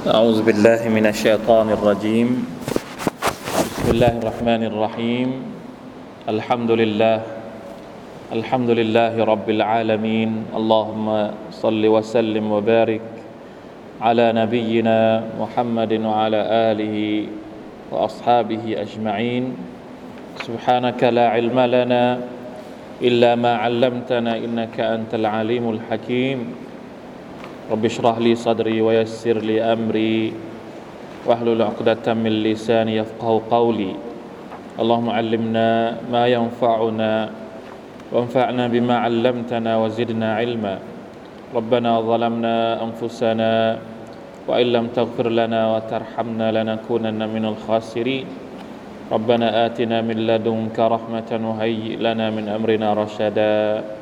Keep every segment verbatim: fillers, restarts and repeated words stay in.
أعوذ بالله من الشيطان الرجيم بسم الله الرحمن الرحيم الحمد لله الحمد لله رب العالمين اللهم صل وسلم وبارك على نبينا محمد وعلى آله وأصحابه أجمعين سبحانك لا علم لنا إلا ما علمتنا إنك أنت العليم الحكيم رب اشرح لي صدري ويسر لي أمري واحلل عقدة من لساني يفقهوا قولي اللهم علمنا ما ينفعنا وانفعنا بما علمتنا وزدنا علما ربنا ظلمنا أنفسنا وإن لم تغفر لنا وترحمنا لنكونن من الخاسرين ربنا آتنا من لدنك رحمة وهيئ لنا من أمرنا رشدا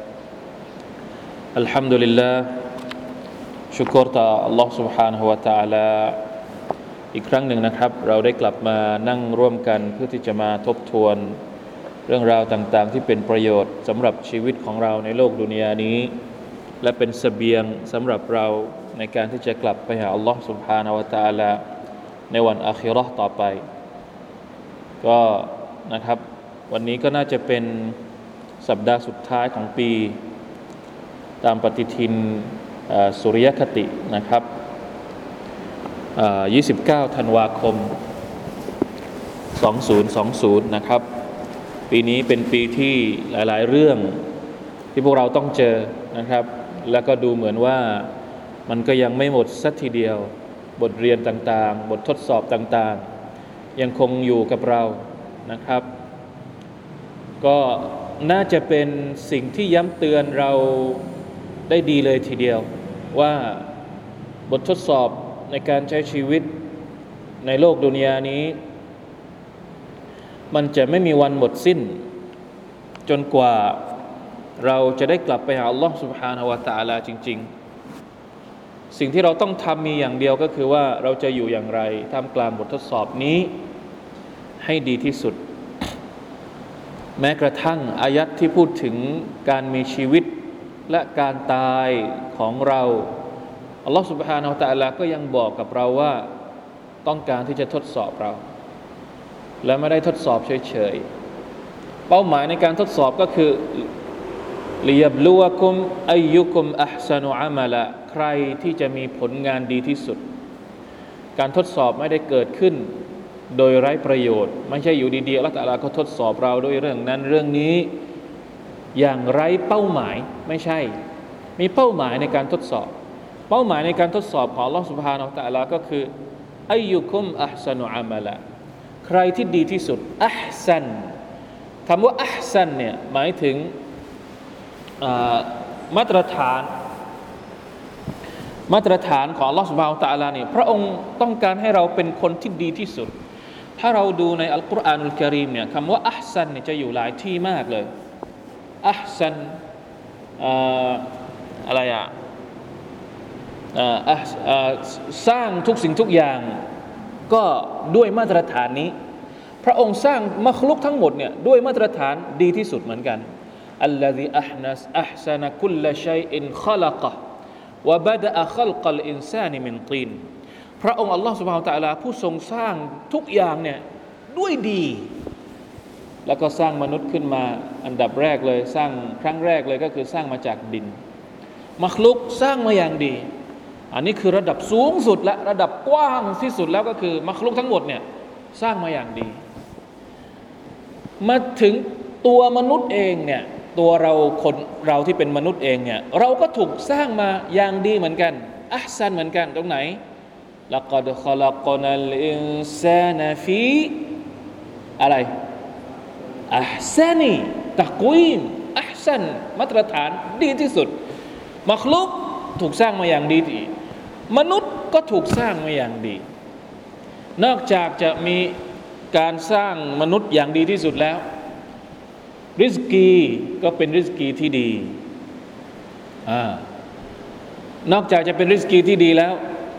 الحمد للهชุกรต่อ Allah سبحانه และ تعالى อีกครั้งหนึ่งนะครับเราได้กลับมานั่งร่วมกันเพื่อที่จะมาทบทวนเรื่องราวต่างๆที่เป็นประโยชน์สำหรับชีวิตของเราในโลกดุนยานี้และเป็นเสบียงสำหรับเราในการที่จะกลับไปหา Allah سبحانه และ تعالى ในวันอาคิเราะห์ต่อไปก็นะครับวันนี้ก็น่าจะเป็นสัปดาห์สุดท้ายของปีตามปฏิทินสุริยคตินะครับยี่สิบเก้าธันวาคมสองพันยี่สิบนะครับปีนี้เป็นปีที่หลายๆเรื่องที่พวกเราต้องเจอนะครับแล้วก็ดูเหมือนว่ามันก็ยังไม่หมดสักทีเดียวบทเรียนต่างๆบททดสอบต่างๆยังคงอยู่กับเรานะครับก็น่าจะเป็นสิ่งที่ย้ำเตือนเราได้ดีเลยทีเดียวว่าบททดสอบในการใช้ชีวิตในโลกดุนยานี้มันจะไม่มีวันหมดสิ้นจนกว่าเราจะได้กลับไปหาอัลลอฮฺ سبحانه และ تعالى จริงๆสิ่งที่เราต้องทำมีอย่างเดียวก็คือว่าเราจะอยู่อย่างไรท่ามกลางบททดสอบนี้ให้ดีที่สุดแม้กระทั่งอายัดที่พูดถึงการมีชีวิตและการตายของเราอัลลอฮฺ سبحانه และ تعالى ก็ยังบอกกับเราว่าต้องการที่จะทดสอบเราและไม่ได้ทดสอบเฉยๆเป้าหมายในการทดสอบก็คือลิยับลุวะกุมอัยยุกุมอัห์ซะนุอะมะละใครที่จะมีผลงานดีที่สุดการทดสอบไม่ได้เกิดขึ้นโดยไร้ประโยชน์ไม่ใช่อยู่ดีๆอัลเลาะห์ตะอาลาก็ทดสอบเราด้วยเรื่องนั้นเรื่องนี้อย่างไร้เป้าหมายไม่ใช่มีเป้าหมายในการทดสอบเป้าหมายในการทดสอบของอัลเลาะห์ซุบฮานะฮูวะตะอาลาก็คืออัยยุกุมอัห์ซะนุอะมะละใครที่ดีที่สุดอัห์ซันคำว่าอัห์ซันเนี่ยหมายถึงมาตรฐานมาตรฐานของอัลเลาะห์ซุบฮานะฮูวะตะอาลาเนี่ยพระองค์ต้องการให้เราเป็นคนที่ดีที่สุดถ้าเราดูในอัลกุรอานุลกะรีมเนี่ยคำว่าอัห์ซันเนี่ยจะอยู่หลายที่มากเลยอัห์ซันอะไรอ่ะสร้างทุกสิ่งทุกอย่างก็ด้วยมาตรฐานนี้พระองค์สร้างมัคลุกทั้งหมดเนี่ยด้วยมาตรฐานดีที่สุดเหมือนกันอัลลซีอัห์นัสอัห์ซะนะคุลชัยอินคอลักะฮ์วะบะดะอะคัลกัลอินซานิมินตีนพระองค์อัลลอฮฺซุบฮานะฮูวะตะอาลาผู้ทรงสร้างทุกอย่างเนี่ยด้วยดีแล้วก็สร้างมนุษย์ขึ้นมาอันดับแรกเลยสร้างครั้งแรกเลยก็คือสร้างมาจากดินมัคลุกสร้างมาอย่างดีอันนี้คือระดับสูงสุดและระดับกว้างที่สุดแล้วก็คือมัคลุกทั้งหมดเนี่ยสร้างมาอย่างดีมาถึงตัวมนุษย์เองเนี่ยตัวเราคนเราที่เป็นมนุษย์เองเนี่ยเราก็ถูกสร้างมาอย่างดีเหมือนกันอัห์ซันเหมือนกันตรงไหนละกอดคอลักนัลอินซานะฟีอะไรอัห์ซานีตักวีมอัห์ซันมาตรฐานดีที่สุดมัคลุกถูกสร้างมาอย่างดีที่มนุษย์ก็ถูกสร้างมาอย่างดีนอกจากจะมีการสร้างมนุษย์อย่างดีที่สุดแล้วริสกีก็เป็นริสกีที่ดีอ่านอกจากจะเป็นริสกีที่ดีแล้ว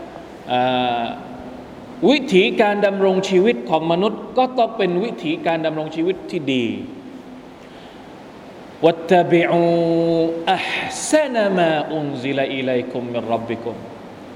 วิถีการดำรงชีวิตของมนุษย์ก็ต้องเป็นวิถีการดำรงชีวิตที่ดีวัตตะบิอูอัห์ซะนะมาอุนซิลอิลัยกุมมินร็อบบิกุม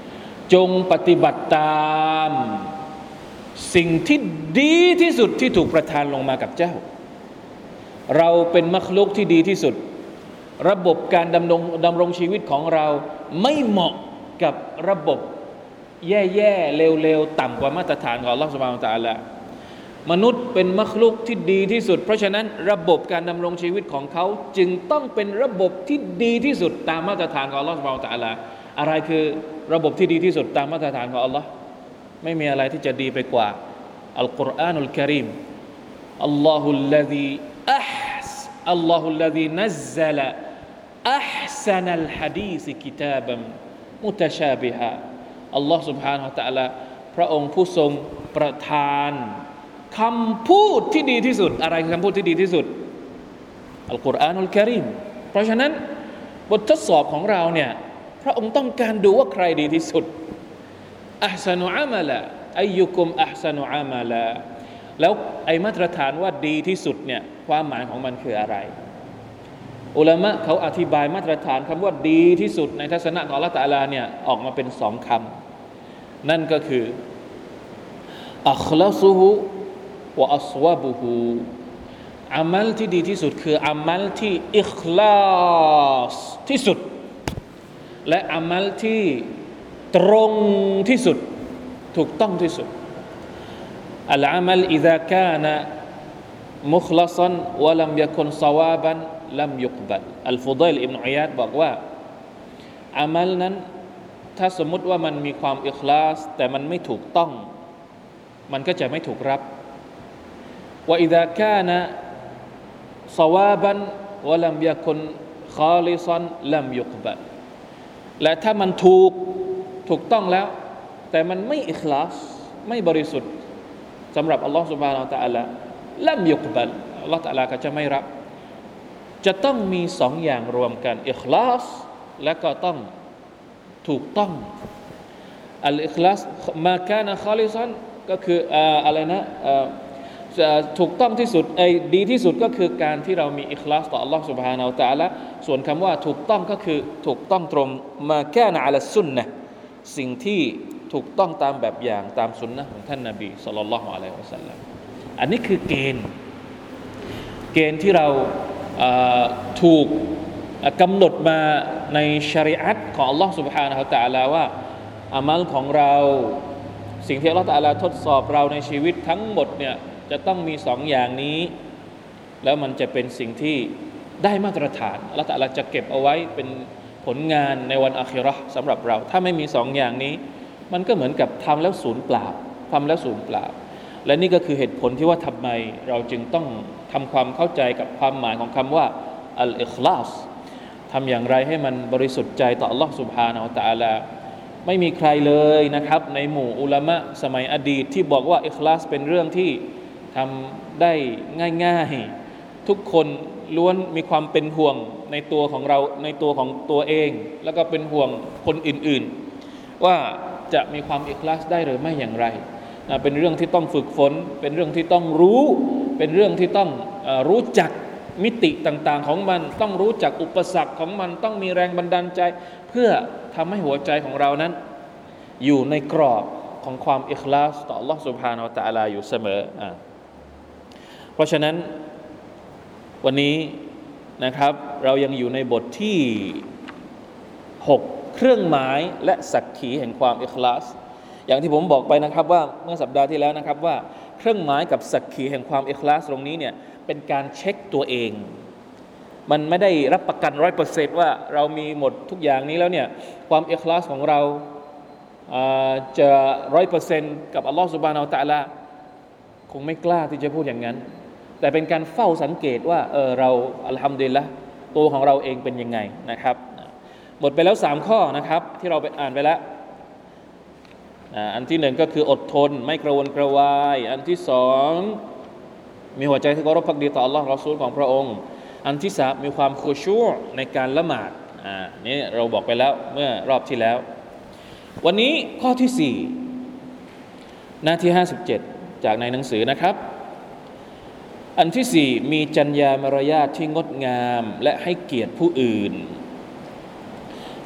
จงปฏิบัติตามสิ่งที่ดีที่สุดที่ถูกประทานลงมากับเจ้าเราเป็นมัคลุกที่ดีที่สุดระบบการดำรงดำรงชีวิตของเราไม่เหมาะกับระบบแย่ๆเลวๆต่ำกว่ามาตรฐานของอัลเลาะห์ซุบฮานะฮูวะตะอาลามนุษย์เป็นมัคลุกที่ดีที่สุดเพราะฉะนั้นระบบการดำรงชีวิตของเขาจึงต้องเป็นระบบที่ดีที่สุดตามมาตรฐานของอัลเลาะห์ซุบฮานะฮูวะตะอาลาอะไรคือระบบที่ดีที่สุดตามมาตรฐานของอัลเลาะห์ไม่มีอะไรที่จะดีไปกว่าอัลกุรอานุลกะรีมอัลลอฮุลลซีอัห์อัลลอฮุลลซีนัซซะลาอัห์ซะนัลฮะดีษกิตาบันมุตะชาบิฮะอัลลอฮ์ سبحانه และ تعالى พระองค์ผู้ทรงประทานคำพูดที่ดีที่สุดอะไรคือคำพูดที่ดีที่สุดอัลกุรอานุลกะรีมเพราะฉะนั้นบททดสอบของเราเนี่ยพระองค์ต้องการดูว่าใครดีที่สุดอัห์ซะนุอะมะลาอัยยุกุมอัห์ซะนุอะมะลาแล้วไอ้มาตรฐานว่าดีที่สุดเนี่ยความหมายของมันคืออะไรอุลามะเขาอธิบายมาตรฐานคำว่าดีที่สุดในทัศนะของอัลเลาะห์ตะอาลาเนี่ยออกมาเป็นสองคำนั่นก็คืออัคลาซุฮุวะอัศวะบุฮุอามัลที่ดีที่สุดคืออามัลที่อิคลาสที่สุดและอามัลที่ตรงที่สุดถูกต้องที่สุดอัลอามัลอิซากานะมุคลาซันวะลัมยะกุนศอวาบันลัมยุกบัลอัลฟุดัยลอิบนุอุยาดบอกว่าอามัลนั้นถ้าสมมุติว่ามันมีความอิคลาสแต่มันไม่ถูกต้องมันก็จะไม่ถูกรับวะอิซากานะศอวาบันวะลัมยะกุนคอลิซันลัมยุกบัลและถ้ามันถูกถูกต้องแล้วแต่มันไม่อิคลาสไม่บริสุทธิ์สำหรับอัลลอฮฺ سبحانه และ تعالى ลัมยุกบัลอัลลอฮฺ تعالى ก็จะไม่รับจะต้องมีสองอย่างรวมกันอิคลาสและก็ต้องถูกต้องอัลอิคลาสมาคานะคอลิซันก็คืออะไรนะถูกต้องที่สุดไอ้ดีที่สุดก็คือการที่เรามีอิคลาสต่อ Allah سبحانه และ تعالى ส่วนคำว่าถูกต้องก็คือถูกต้องตรงมาคานะอะลัสซุนนะห์สิ่งที่ถูกต้องตามแบบอย่างตามสุนนะห์ของท่านนบีศ็อลลัลลอฮุอะลัยฮิวะซัลลัมอันนี้คือเกณฑ์เกณฑ์ที่เราถูกกำหนดมาในชะรีอะห์ของ Allah سبحانه และ تعالى ว่าอามัลของเราสิ่งที่ Allah تعالى ทดสอบเราในชีวิตทั้งหมดเนี่ยจะต้องมีสองอย่างนี้แล้วมันจะเป็นสิ่งที่ได้มาตรฐาน Allah تعالى จะเก็บเอาไว้เป็นผลงานในวันอาคิเราะห์สำหรับเราถ้าไม่มีสองอย่างนี้มันก็เหมือนกับทำแล้วศูนย์เปล่าทำแล้วศูนย์เปล่าและนี่ก็คือเหตุผลที่ว่าทำไมเราจึงต้องทำความเข้าใจกับความหมายของคำว่าอัลอิคลาสทำอย่างไรให้มันบริสุทธิ์ใจต่อ Allah سبحانه และ تعالى ไม่มีใครเลยนะครับในหมู่อุลามะสมัยอดีตที่บอกว่าอิคลาสเป็นเรื่องที่ทำได้ง่ายๆทุกคนล้วนมีความเป็นห่วงในตัวของเราในตัวของตัวเองแล้วก็เป็นห่วงคนอื่นๆว่าจะมีความอิคลาสได้หรือไม่อย่างไรนะเป็นเรื่องที่ต้องฝึกฝนเป็นเรื่องที่ต้องรู้เป็นเรื่องที่ต้องเอ่อรู้จักมิติต่างๆของมันต้องรู้จักอุปสรรคของมันต้องมีแรงบันดาลใจเพื่อทำให้หัวใจของเรานั้นอยู่ในกรอบของความอิคลาสต่อ Allah سبحانه และ تعالى อยู่เสมออ่าเพราะฉะนั้นวันนี้นะครับเรายังอยู่ในบทที่หกเครื่องหมายและสักขีแห่งความอิคลาสอย่างที่ผมบอกไปนะครับว่าเมื่อสัปดาห์ที่แล้วนะครับว่าเครื่องหมายกับสักขีแห่งความอิคลาสตรงนี้เนี่ยเป็นการเช็คตัวเองมันไม่ได้รับประกัน ร้อยเปอร์เซ็นต์ ว่าเรามีหมดทุกอย่างนี้แล้วเนี่ยความอิคลาสของเราจะ ร้อยเปอร์เซ็นต์ กับอัลลอฮฺซุบฮานะฮูวะตะอาลาคงไม่กล้าที่จะพูดอย่างนั้นแต่เป็นการเฝ้าสังเกตว่าเออเราอัลฮัมดุลิลละห์ตัวของเราเองเป็นยังไงนะครับหมดไปแล้วสามข้อนะครับที่เราไปอ่านไปแล้วอันที่หนึ่งก็คืออดทนไม่กระวนกระวายอันที่สองมีหัวใจที่เคารพภักดีต่ออัลลอฮ์รอซูลของพระองค์อันที่สามมีความคุชูอ์ในการละหมาดอ่านี่เราบอกไปแล้วเมื่อรอบที่แล้ววันนี้ข้อที่สี่หน้าที่ห้าสิบเจ็ดจากในหนังสือนะครับอันที่สี่มีจรรยามารยาทที่งดงามและให้เกียรติผู้อื่น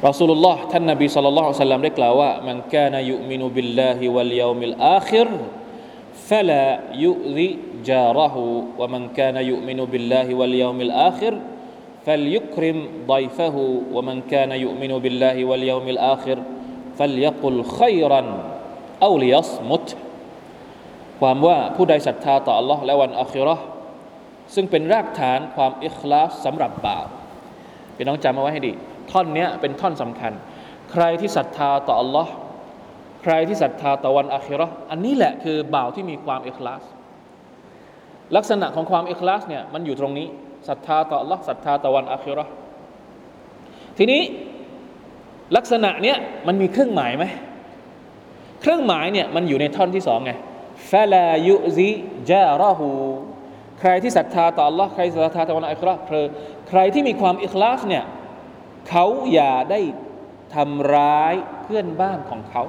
รอซูลุลลอฮ์ท่านนบีศ็อลลัลลอฮุอะลัยฮิวะซัลลัมได้กล่าวว่ามันกานะยุมินุบิลลาฮิวัลยอมิลอาคิรฟะลายุซิจาระฮูวะมันกานะยุมินุบิลลาฮิวัลยอมิลอาคิรفليكرم ضيفه ومن كان يؤمن بالله واليوم الآخر فليقل خيرا أو ليصمت ความว่าผู้ใดศรัทธาต่อ Allah และวันอาคิเราะห์ซึ่งเป็นรากฐานความอิคลาสสำหรับบ่าวพี่น้องจำเอาไว้ให้ดีท่อนนี้เป็นท่อนสำคัญใครที่ศรัทธาต่อ Allah ใครที่ศรัทธาต่อวันอาคิเราะห์อันนี้แหละคือบ่าวที่มีความอิคลาสลักษณะของความอิคลาสเนี่ยมันอยู่ตรงนี้ศรัทธาต่อ Allah ศรัทธาต่อวันอาคิเราะห์ทีนี้ลักษณะเนี้ยมันมีเครื่องหมายไหมเครื่องหมายเนี่ยมันอยู่ในท่อนที่สองไงฟะลายุซิจาระฮูใครที่ศรัทธาต่อ Allah ใครศรัทธาต่อวันอาคิเราะห์ใครที่มีความอิคลาสเนี่ยเขาอย่าได้ทำร้ายเพื่อนบ้านของเขา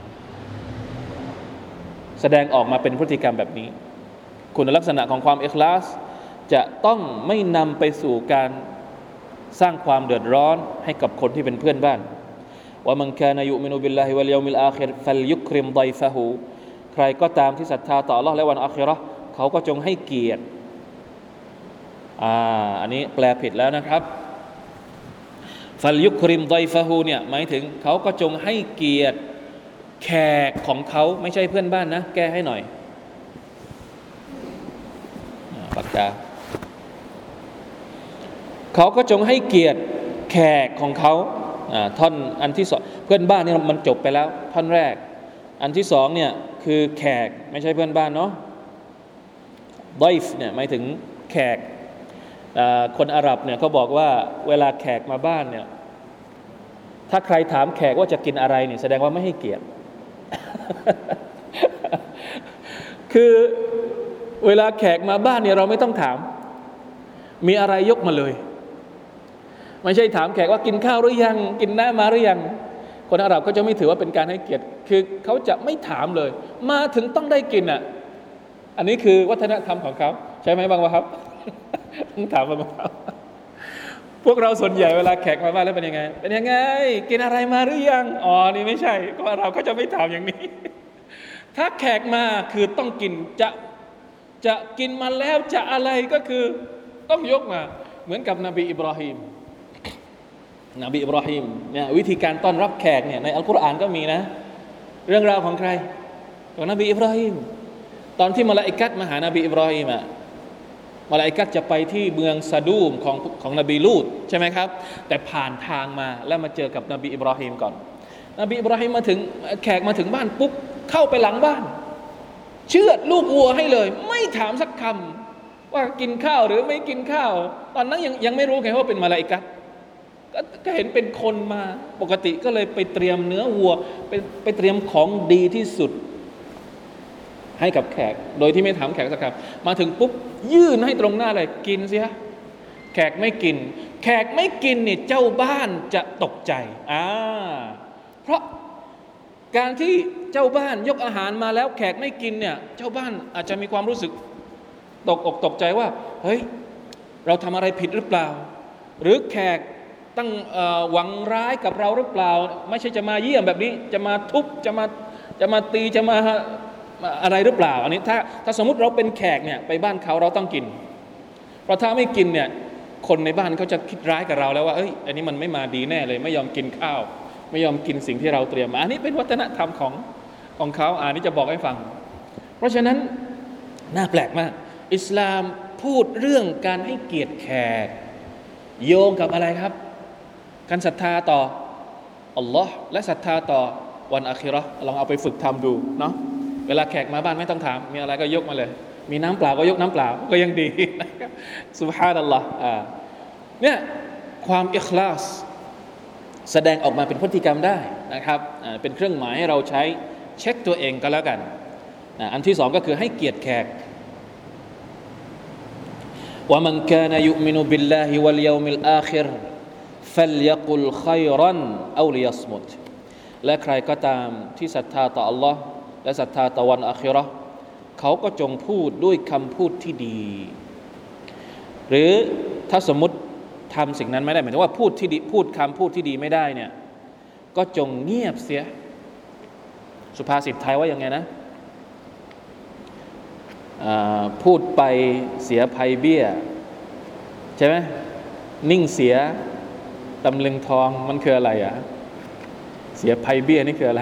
แสดงออกมาเป็นพฤติกรรมแบบนี้คุณลักษณะของความอิคลาสจะต้องไม่นำไปสู่การสร้างความเดือดร้อนให้กับคนที่เป็นเพื่อนบ้านว่ามันกานะยุมินุบิลลาฮิวัลยอมิลอาคิรฟัลยุคริมฎอยฟะฮูใครก็ตามที่ศรัทธาต่อ Allah และวันอาคิเราะห์เขาก็จงให้เกียรติอ่าอันนี้แปลผิดแล้วนะครับฟัลยุคริมฎอยฟะฮูเนี่ยหมายถึงเขาก็จงให้เกียรติแขกของเขาไม่ใช่เพื่อนบ้านนะแก้ให้หน่อยปากกาเขาก็จงให้เกียรติแขกของเขาท่อนอันที่สองเพื่อนบ้านเนี่ยมันจบไปแล้วท่อนแรกอันที่สองเนี่ยคือแขกไม่ใช่เพื่อนบ้านเนาะดอยฟเนี่ยหมายถึงแขกคนอาหรับเนี่ยเขาบอกว่าเวลาแขกมาบ้านเนี่ยถ้าใครถามแขกว่าจะกินอะไรเนี่ยแสดงว่าไม่ให้เกียรติ คือเวลาแขกมาบ้านเนี่ยเราไม่ต้องถามมีอะไรยกมาเลยไม่ใช่ถามแขกว่ากินข้าวหรือยังกินน้ำมาหรือยังคนอาหรับเขาจะไม่ถือว่าเป็นการให้เกียรติคือเขาจะไม่ถามเลยมาถึงต้องได้กินอ่ะอันนี้คือวัฒนธรรมของเขาใช่ไหมบางวะครับต้องถามบางวะครับพวกเราส่วนใหญ่เวลาแขกมาบ้านแล้วเป็นยังไงเป็นยังไงกินอะไรมาหรือยังอ๋อนี่ไม่ใช่ก็เราก็จะไม่ถามอย่างนี้ถ้าแขกมาคือต้องกินจะจะกินมาแล้วจะอะไรก็คือต้องยกมาเหมือนกับนบีอิบราฮิมนบีอิบราฮิมเนี่ยวิธีการต้อนรับแขกเนี่ยในอัลกุรอานก็มีนะเรื่องราวของใครของนบีอิบราฮิมตอนที่มลาอิกัตมาหานบีอิบราฮิมอ่ะมลาอิกัตจะไปที่เมืองซาดูมของของนบีลูตใช่ไหมครับแต่ผ่านทางมาแล้วมาเจอกับนบีอิบราฮิมก่อนนบีอิบราฮิมมาถึงแขกมาถึงบ้านปุ๊บเข้าไปหลังบ้านเชือดลูกวัวให้เลยไม่ถามสักคำว่ากินข้าวหรือไม่กินข้าวตอนนั้นยังยังไม่รู้ไงว่าเป็นมลาอิกัตก็เห็นเป็นคนมาปกติก็เลยไปเตรียมเนื้อวัวไปไปเตรียมของดีที่สุดให้กับแขกโดยที่ไม่ถามแขกสักคำมาถึงปุ๊บยื่นให้ตรงหน้าเลยกินสิฮะแขกไม่กินแขกไม่กินเนี่ยเจ้าบ้านจะตกใจอ่าเพราะการที่เจ้าบ้านยกอาหารมาแล้วแขกไม่กินเนี่ยเจ้าบ้านอาจจะมีความรู้สึกตกอกตกใจว่าเฮ้ยเราทำอะไรผิดหรือเปล่าหรือแขกตั้งหวังร้ายกับเราหรือเปล่าไม่ใช่จะมาเยี่ยมแบบนี้จะมาทุบจะมาจะมาตีจะมาอะไรหรือเปล่าอันนี้ถ้าถ้าสมมุติเราเป็นแขกเนี่ยไปบ้านเขาเราต้องกินเพราะถ้าไม่กินเนี่ยคนในบ้านเขาจะคิดร้ายกับเราแล้วว่าเอ้ยอันนี้มันไม่มาดีแน่เลยไม่ยอมกินข้าวไม่ยอมกินสิ่งที่เราเตรียมมาอันนี้เป็นวัฒนธรรมของของเขาอันนี้จะบอกให้ฟังเพราะฉะนั้นน่าแปลกมากอิสลามพูดเรื่องการให้เกียรติแขกโยงกับอะไรครับการศรัทธาต่ออัลลอฮ์และศรัทธาต่อวันอาคิเราะห์ลองเอาไปฝึกทำดูเนาะเวลาแขกมาบ้านไม่ต้องถามมีอะไรก็ยกมาเลยมีน้ำเปล่าก็ยกน้ำเปล่าก็ยังดีนะครับซุบฮานัลลอฮ์อ่าเนี่ยความอิคลาสแสดงออกมาเป็นพฤติกรรมได้นะครับอ่าเป็นเครื่องหมายให้เราใช้เช็คตัวเองก็แล้วกันอ่าอันที่สองก็คือให้เกียรติแขกว่ามันกานะยุมินุบิลลาฮิวัลยอมิลอาคิรفليقل خيرا أو ليصمت และใครก็ตามที่ศรัทธาต่อ Allah และศรัทธาต่อวันอาคิเราะห์เขาก็จงพูดด้วยคำพูดที่ดีหรือถ้าสมมุติทำสิ่งนั้นไม่ได้หมายถึงว่าพูดที่ดีพูดคำพูดที่ดีไม่ได้เนี่ยก็จงเงียบเสียสุภาษิตไทยว่ายังไงนะพูดไปเสียภัยเบี้ยใช่ไหมนิ่งเสียตำลึงทองมันคืออะไรอ่ะเสียภัยเบี้ยนี่คืออะไร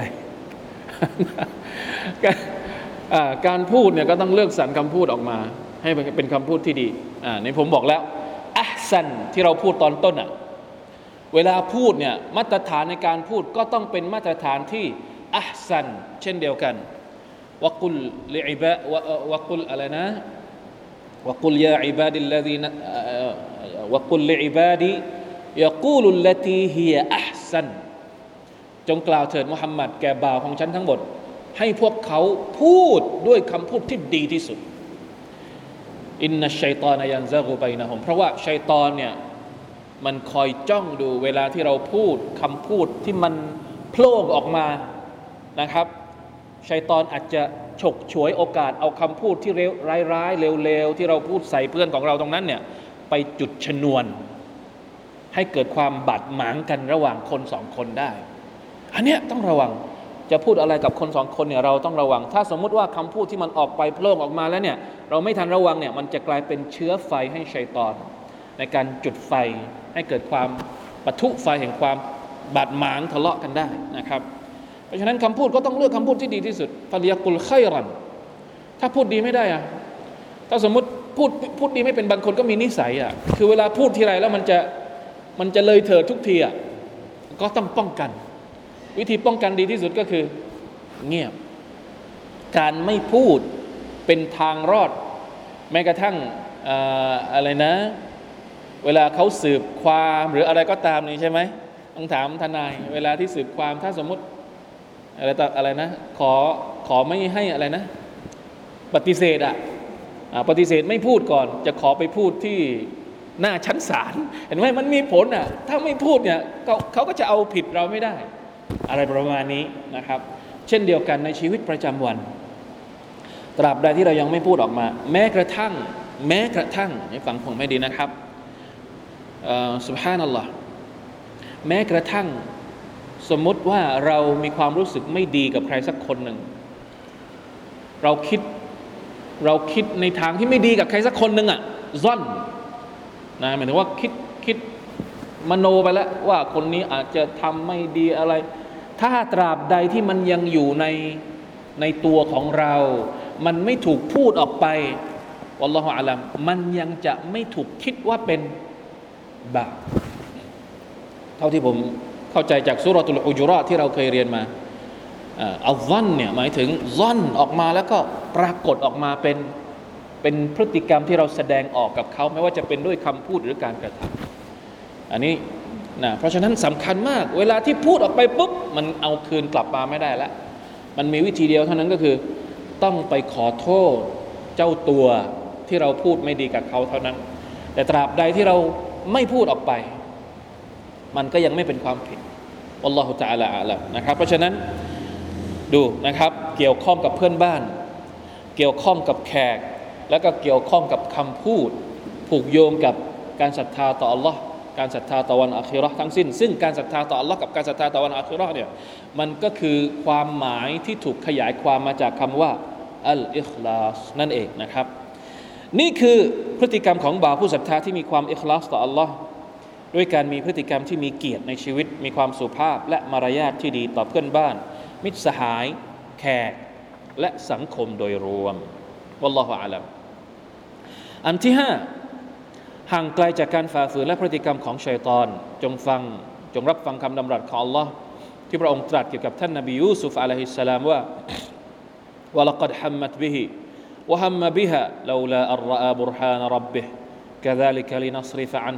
การพูดเนี่ยก็ต้องเลือกสรรคำพูดออกมาให้เป็นคำพูดที่ดีอ่าในผมบอกแล้วอัห์ซันที่เราพูดตอนต้นอ่ะเวลาพูดเนี่ยมาตรฐานในการพูดก็ต้องเป็นมาตรฐานที่อัห์ซันเช่นเดียวกันวะกุลลิอิบะวะกุลอะไรนะวะกุลยาอิบาดิลลซีนวะกุลลิอิบาดิยะกูลุลลตีฮิยะอัห์ซันจงกล่าวเถิดมุฮัมมัดแก่บ่าวของฉันทั้งหมดให้พวกเขาพูดด้วยคำพูดที่ดีที่สุดอินนัชชัยฏอนยันซะกุบัยนะฮุมเพราะว่าชัยฏอนเนี่ยมันคอยจ้องดูเวลาที่เราพูดคำพูดที่มันโผล่ออกมานะครับชัยฏอนอาจจะฉกฉวยโอกาสเอาคำพูดที่ร้ายๆเลวๆที่เราพูดใส่เพื่อนของเราตรงนั้นเนี่ยไปจุดชนวนให้เกิดความบาดหมางกันระหว่างคนสองคนได้อันเนี้ยต้องระวังจะพูดอะไรกับคนสองคนเนี่ยเราต้องระวังถ้าสมมุติว่าคำพูดที่มันออกไปโผล่ออกมาแล้วเนี่ยเราไม่ทันระวังเนี่ยมันจะกลายเป็นเชื้อไฟให้ชัยฏอนในการจุดไฟให้เกิดความปะทุไฟแห่งความบาดหมางทะเลาะกันได้นะครับเพราะฉะนั้นคำพูดก็ต้องเลือกคำพูดที่ดีที่สุดฟัลยะกุลไครันถ้าพูดดีไม่ได้อะถ้าสมมุติพูดพูดดีไม่เป็นบางคนก็มีนิสัยอ่ะคือเวลาพูดทีไรแล้วมันจะมันจะเลยเถิดทุกทีอ่ะก็ต้องป้องกันวิธีป้องกันดีที่สุดก็คือเงียบการไม่พูดเป็นทางรอดแม้กระทั่งอะไรนะเวลาเขาสืบความหรืออะไรก็ตามนี่ใช่ไหมต้องถามทนายเวลาที่สืบความถ้าสมมุติอะไรต่ออะไรนะขอขอไม่ให้อะไรนะปฏิเสธอ่ะปฏิเสธไม่พูดก่อนจะขอไปพูดที่หน้าชั้นศาลเห็นไหมมันมีผลอ่ะถ้าไม่พูดเนี่ยเขาก็จะเอาผิดเราไม่ได้อะไรประมาณนี้นะครับเช่นเดียวกันในชีวิตประจำวันตราบใดที่เรายังไม่พูดออกมาแม้กระทั่งแม้กระทั่งให้ฟังผมให้ดีนะครับซุบฮานัลลอฮ์แม้กระทั่งสมมติว่าเรามีความรู้สึกไม่ดีกับใครสักคนหนึ่งเราคิดเราคิดในทางที่ไม่ดีกับใครสักคนหนึ่งอ่ะซ่อนนะหมายถึงว่าคิดคิดมโนไปแล้วว่าคนนี้อาจจะทำไม่ดีอะไรถ้าตราบใดที่มันยังอยู่ในในตัวของเรามันไม่ถูกพูดออกไปวัลลอฮุอะลัมมันยังจะไม่ถูกคิดว่าเป็นบาปเท่าที่ผมเข้าใจจากซูเราะตุลอุจุเราะห์ที่เราเคยเรียนมาอัลซันเนี่ยหมายถึงซ่อนออกมาแล้วก็ปรากฏออกมาเป็นเป็นพฤติกรรมที่เราแสดงออกกับเขาไม่ว่าจะเป็นด้วยคำพูดหรือการกระทำอันนี้นะเพราะฉะนั้นสำคัญมากเวลาที่พูดออกไปปุ๊บมันเอาคืนกลับมาไม่ได้แล้วมันมีวิธีเดียวเท่านั้นก็คือต้องไปขอโทษเจ้าตัวที่เราพูดไม่ดีกับเขาเท่านั้นแต่ตราบใดที่เราไม่พูดออกไปมันก็ยังไม่เป็นความผิดอัลลอฮฺตะอาลาอะลัมนะครับเพราะฉะนั้นดูนะครับเกี่ยวข้องกับเพื่อนบ้านเกี่ยวข้องกับแขกแล้วก็เกี่ยวข้องกับคำพูดผูกโยงกับการศรัทธาต่ออัลลอฮ์การศรัทธาต่อวันอาคิเราะห์ทั้งสิ้นซึ่งการศรัทธาต่ออัลลอฮ์กับการศรัทธาต่อวันอาคิเราะห์เนี่ยมันก็คือความหมายที่ถูกขยายความมาจากคำว่าอัลอิคลาสนั่นเองนะครับนี่คือพฤติกรรมของบ่าวผู้ศรัทธาที่มีความอิคลาสต่ออัลลอฮ์ด้วยการมีพฤติกรรมที่มีเกียรติในชีวิตมีความสุภาพและมารยาทที่ดีต่อเพื่อนบ้านมิตรสหายแขกและสังคมโดยรวมวัลลอฮุอะลัมอันที่ห้าห่างไกลจากการฝ่าฝืนและพฤติกรรมของชัยฏอนจงฟังจงรับฟังคำดำรัสของอัลลอฮ์ที่พระองค์ตรัสเกี่ยวกับท่านนบียูซุฟอะลัยฮิสสลามว่าวะลักัดฮัมมัตบิฮิวะฮัมมะบิฮะลาลาอัรรอบุรฮานร็อบบิฮิكذلك لنصرف عنه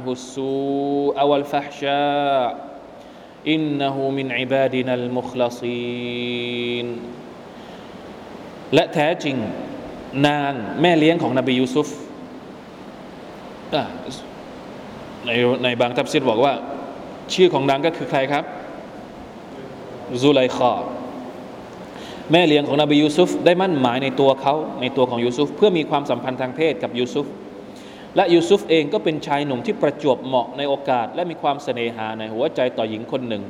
السوء والفحشاء إنه من عبادنا المخلصين และแท้จริงนางแม่เลี้ยงของนบียูซุฟในในบางทัฟซีรบอกว่าชื่อของนางก็คือใครครับซุไลคาแม่เลี้ยงของนบียูซุฟได้มั่นหมายในตัวเขาในตัวของยูซุฟเพื่อมีความสัมพันธ์ทางเพศกับยูซุฟและยูซุฟเองก็เป็นชายหนุ่มที่ประจวบเหมาะในโอกาสและมีความเสน่หาในหัวใจต่อหญิงคนหนึ่ง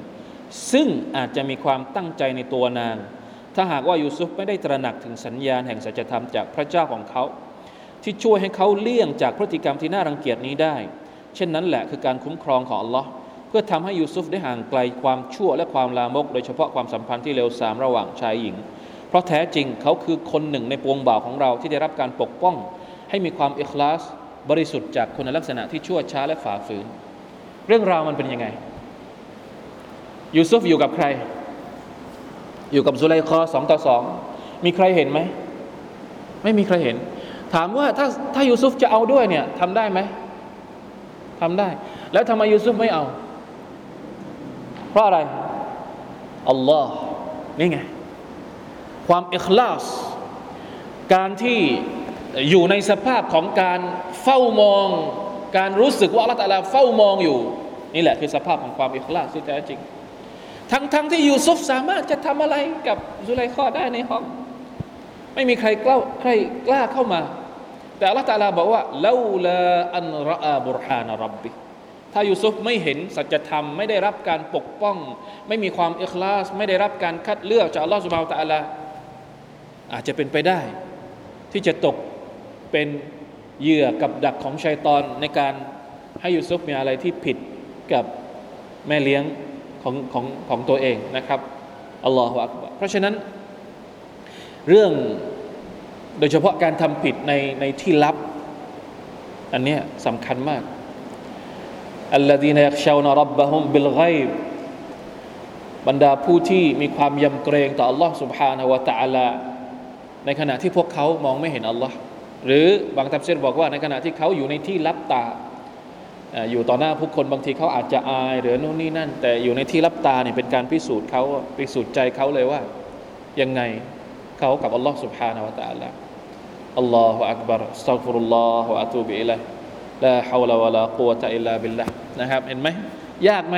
ซึ่งอาจจะมีความตั้งใจในตัวนางถ้าหากว่ายูซุฟไม่ได้ตระหนักถึงสัญญาณแห่งสัจธรรมจากพระเจ้าของเขาที่ช่วยให้เขาเลี่ยงจากพฤติกรรมที่น่ารังเกียจนี้ได้เช่นนั้นแหละคือการคุ้มครองของอัลลอฮ์เพื่อทำให้ยูซุฟได้ห่างไกลความชั่วและความลามกโดยเฉพาะความสัมพันธ์ที่เลวทรามระหว่างชายหญิงเพราะแท้จริงเขาคือคนหนึ่งในปวงบ่าวของเราที่ได้รับการปกป้องให้มีความอิคลาสบริสุทธิ์จากคุณลักษณะที่ชั่วช้าและฝ่าฝืนเรื่องราวมันเป็นยังไงยูซุฟอยู่กับใครอยู่กับซุไลคอสองต่อสองมีใครเห็นไหมไม่มีใครเห็นถามว่าถ้าถ้ายูซุฟจะเอาด้วยเนี่ยทำได้ไหมทำได้แล้วทำไมยูซุฟไม่เอาเพราะอะไรอัลลอฮ์นี่ไงความอิคลาสการที่อยู่ในสภาพของการเฝ้ามองการรู้สึกว่าอัลเลาะห์ตะอาลาเฝ้ามองอยู่นี่แหละคือสภาพของความอิคลาสที่แท้จริงทั้งๆ ท, ที่ยูซุฟสามารถจะทำอะไรกับซุไลคอได้ในห้องไม่มีใครกล้าใครกล้าเข้ามาแต่อัลเลาะห์ตะอาลาบอกว่าลาลาอันรออาบุรฮานร็อบบิถ้ายูซุฟไม่เห็นสัจธรรมไม่ได้รับการปกป้องไม่มีความอิคลาสไม่ได้รับการคัดเลือกจากอัลเลาะห์ซุบฮานะฮูวะตะอาลาอาจจะเป็นไปได้ที่จะตกเป็นเหยื่อกับดักของชัยฏอนในการให้ยูซุฟมีอะไรที่ผิดกับแม่เลี้ยงของของของตัวเองนะครับอัลลอฮฺอักบัรเพราะฉะนั้นเรื่องโดยเฉพาะการทำผิดในในที่ลับอันนี้สำคัญมากอัลลดีนยักชาวนะรับบะฮุมบิลฆอยบบรรดาผู้ที่มีความยำเกรงต่ออัลลอฮฺ سبحانه และ تعالى ในขณะที่พวกเขามองไม่เห็นอัลลอฮฺหรือบางตัฟซีรบอกว่าในขณะที่เขาอยู่ในที่ลับตาอยู่ต่อหน้าผู้คนบางทีเขาอาจจะอายหรือโน่นนี่นั่นแต่อยู่ในที่ลับตาเนี่ยเป็นการพิสูจน์เขาพิสูจน์ใจเขาเลยว่ายังไงเขากับอัลลอฮฺ سبحانه และ تعالى อัลลอฮฺอักบัรอัสตัฆฟิรุลลอฮฺวะอะตูบิอิลัยฮิลาฮาวละวะลากุวะตะอิลลาบิลลาห์นะครับเห็นไหมยากไหม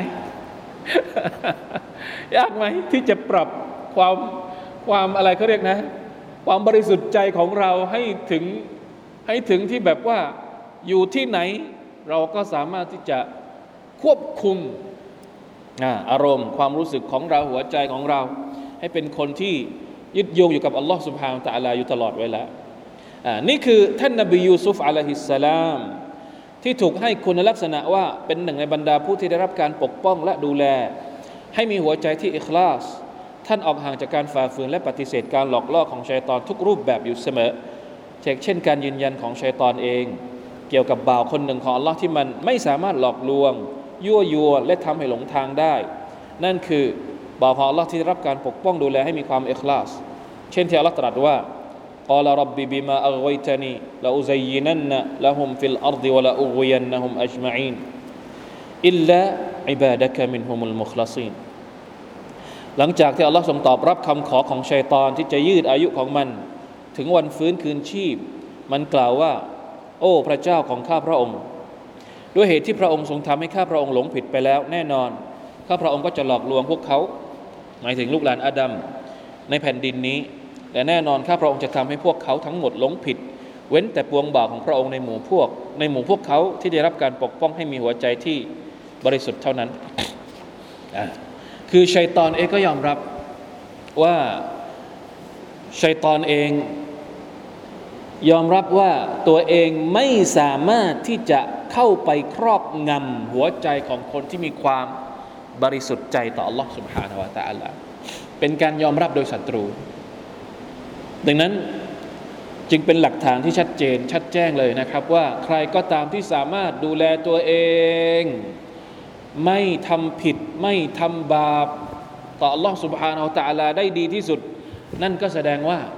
ยากไหมที่จะปรับความความอะไรเขาเรียกนะความบริสุทธิ์ใจของเราให้ถึงให้ถึงที่แบบว่าอยู่ที่ไหนเราก็สามารถที่จะควบคุมอารมณ์ความรู้สึกของเราหัวใจของเราให้เป็นคนที่ยึดโยงอยู่กับอัลลอฮฺ سبحانه และ تعالى อยู่ตลอดเวลาอ่านี่คือท่านนบียูซุฟอะลัยฮิสสลามที่ถูกให้คุณลักษณะว่าเป็นหนึ่งในบรรดาผู้ที่ได้รับการปกป้องและดูแลให้มีหัวใจที่อิคลาสท่านออกห่างจากการฝ่าฝืนและปฏิเสธการหลอกล่อของชัยฏอนทุกรูปแบบอยู่เสมอเช่นการยืนยันของชัยฏอนเองเกี่ยวกับบ่าวคนหนึ่งของอัลลอฮ์ที่มันไม่สามารถหลอกลวงยั่วยวนและทำให้หลงทางได้นั่นคือบ่าวของอัลลอฮ์ที่ได้รับการปกป้องดูแลให้มีความอิคลาสเช่นที่อัลลอฮ์ตรัสว่า قال رب بما أغويتني لأزينن لهم في الأرض ولأغوينهم أجمعين إلا عبادك منهم المخلصين หลังจากที่อัลลอฮ์ทรงตอบรับคำขอของชัยฏอนที่จะยืดอายุของมันถึงวันฟื้นคืนชีพมันกล่าวว่าโอ้พระเจ้าของข้าพระองค์ด้วยเหตุที่พระองค์ทรงทำให้ข้าพระองค์หลงผิดไปแล้วแน่นอนข้าพระองค์ก็จะหลอกลวงพวกเขาหมายถึงลูกหลานอาดัมในแผ่นดินนี้และแน่นอนข้าพระองค์จะทำให้พวกเขาทั้งหมดหลงผิดเว้นแต่ปวงบ่าวของพระองค์ในหมู่พวกในหมู่พวกเขาที่ได้รับการปกป้องให้มีหัวใจที่บริสุทธิ์เท่านั้นคือชัยฏอนเองก็ยอมรับว่าชัยฏอนเองยอมรับว่าตัวเองไม่สามารถที่จะเข้าไปครอบงำหัวใจของคนที่มีความบริสุทธิ์ใจต่อ Allah سبحانه และ تعالى เป็นการยอมรับโดยศัตรูดังนั้นจึงเป็นหลักฐานที่ชัดเจนชัดแจ้งเลยนะครับว่าใครก็ตามที่สามารถดูแลตัวเองไม่ทำผิดไม่ทำบาปต่อ Allah سبحانه และ تعالى ได้ดีที่สุดนั่นก็แสดงว่า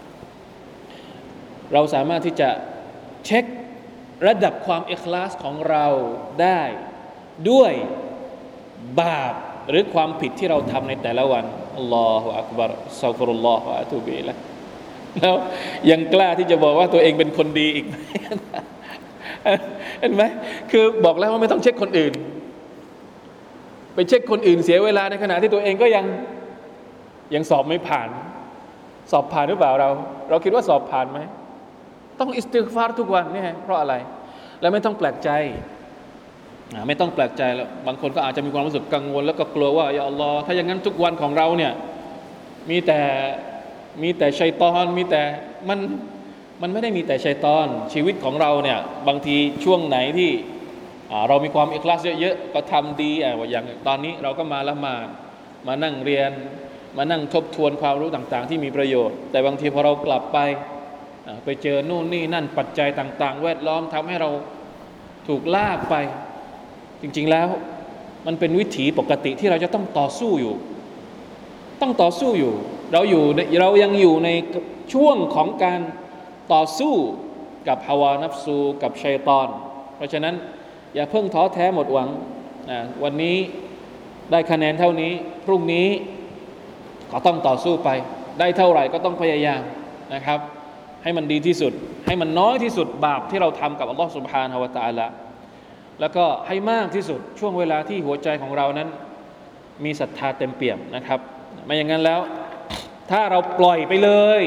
เราสามารถที่จะเช็คระดับความอิคลาสของเราได้ด้วยบาปหรือความผิดที่เราทำในแต่ละวันอัลลอฮฺอักบัรอัสตัฆฟิรุลลอฮฺวะอะตูบิอิลัยฮิแล้วยังกล้าที่จะบอกว่าตัวเองเป็นคนดีอีกไหมเห็นไหมคือบอกแล้วว่าไม่ต้องเช็คคนอื่นไปเช็คคนอื่นเสียเวลาในขณะที่ตัวเองก็ยังยังสอบไม่ผ่านสอบผ่านหรือเปล่าเราเราคิดว่าสอบผ่านไหมต้องอิสติฆฟารทุกวันนี่เพราะอะไรและไม่ต้องแปลกใจไม่ต้องแปลกใจแล้วบางคนก็อาจจะมีความรู้สึกกังวลแล้วก็กลัวว่าอย่าอัลลอฮ์ถ้าอย่างนั้นทุกวันของเราเนี่ยมีแต่มีแต่ชัยฏอนมีแต่มันมันไม่ได้มีแต่ชัยฏอนชีวิตของเราเนี่ยบางทีช่วงไหนที่เรามีความอิคลาสเยอะๆก็ทำดีอย่างตอนนี้เราก็มาละหมาดมานั่งเรียนมานั่งทบทวนความรู้ต่างๆที่มีประโยชน์แต่บางทีพอเรากลับไปไปเจอนู่นนี่นั่นปัจจัยต่างๆแวดล้อมทำให้เราถูกลากไปจริงๆแล้วมันเป็นวิถีปกติที่เราจะต้องต่อสู้อยู่ต้องต่อสู้อยู่เราอยู่เรายังอยู่ในช่วงของการต่อสู้กับฮาวานัฟซูกับชัยฏอนเพราะฉะนั้นอย่าเพิ่งท้อแท้หมดหวังนะวันนี้ได้คะแนนเท่านี้พรุ่งนี้ก็ต้องต่อสู้ไปได้เท่าไหร่ก็ต้องพยายามนะครับให้มันดีที่สุดให้มันน้อยที่สุดบาปที่เราทำกับอัลลอฮฺซุบฮานะฮูวะตะอาลาแล้วก็ให้มากที่สุดช่วงเวลาที่หัวใจของเรานั้นมีศรัทธาเต็มเปี่ยมนะครับไม่อย่างนั้นแล้วถ้าเราปล่อยไปเลย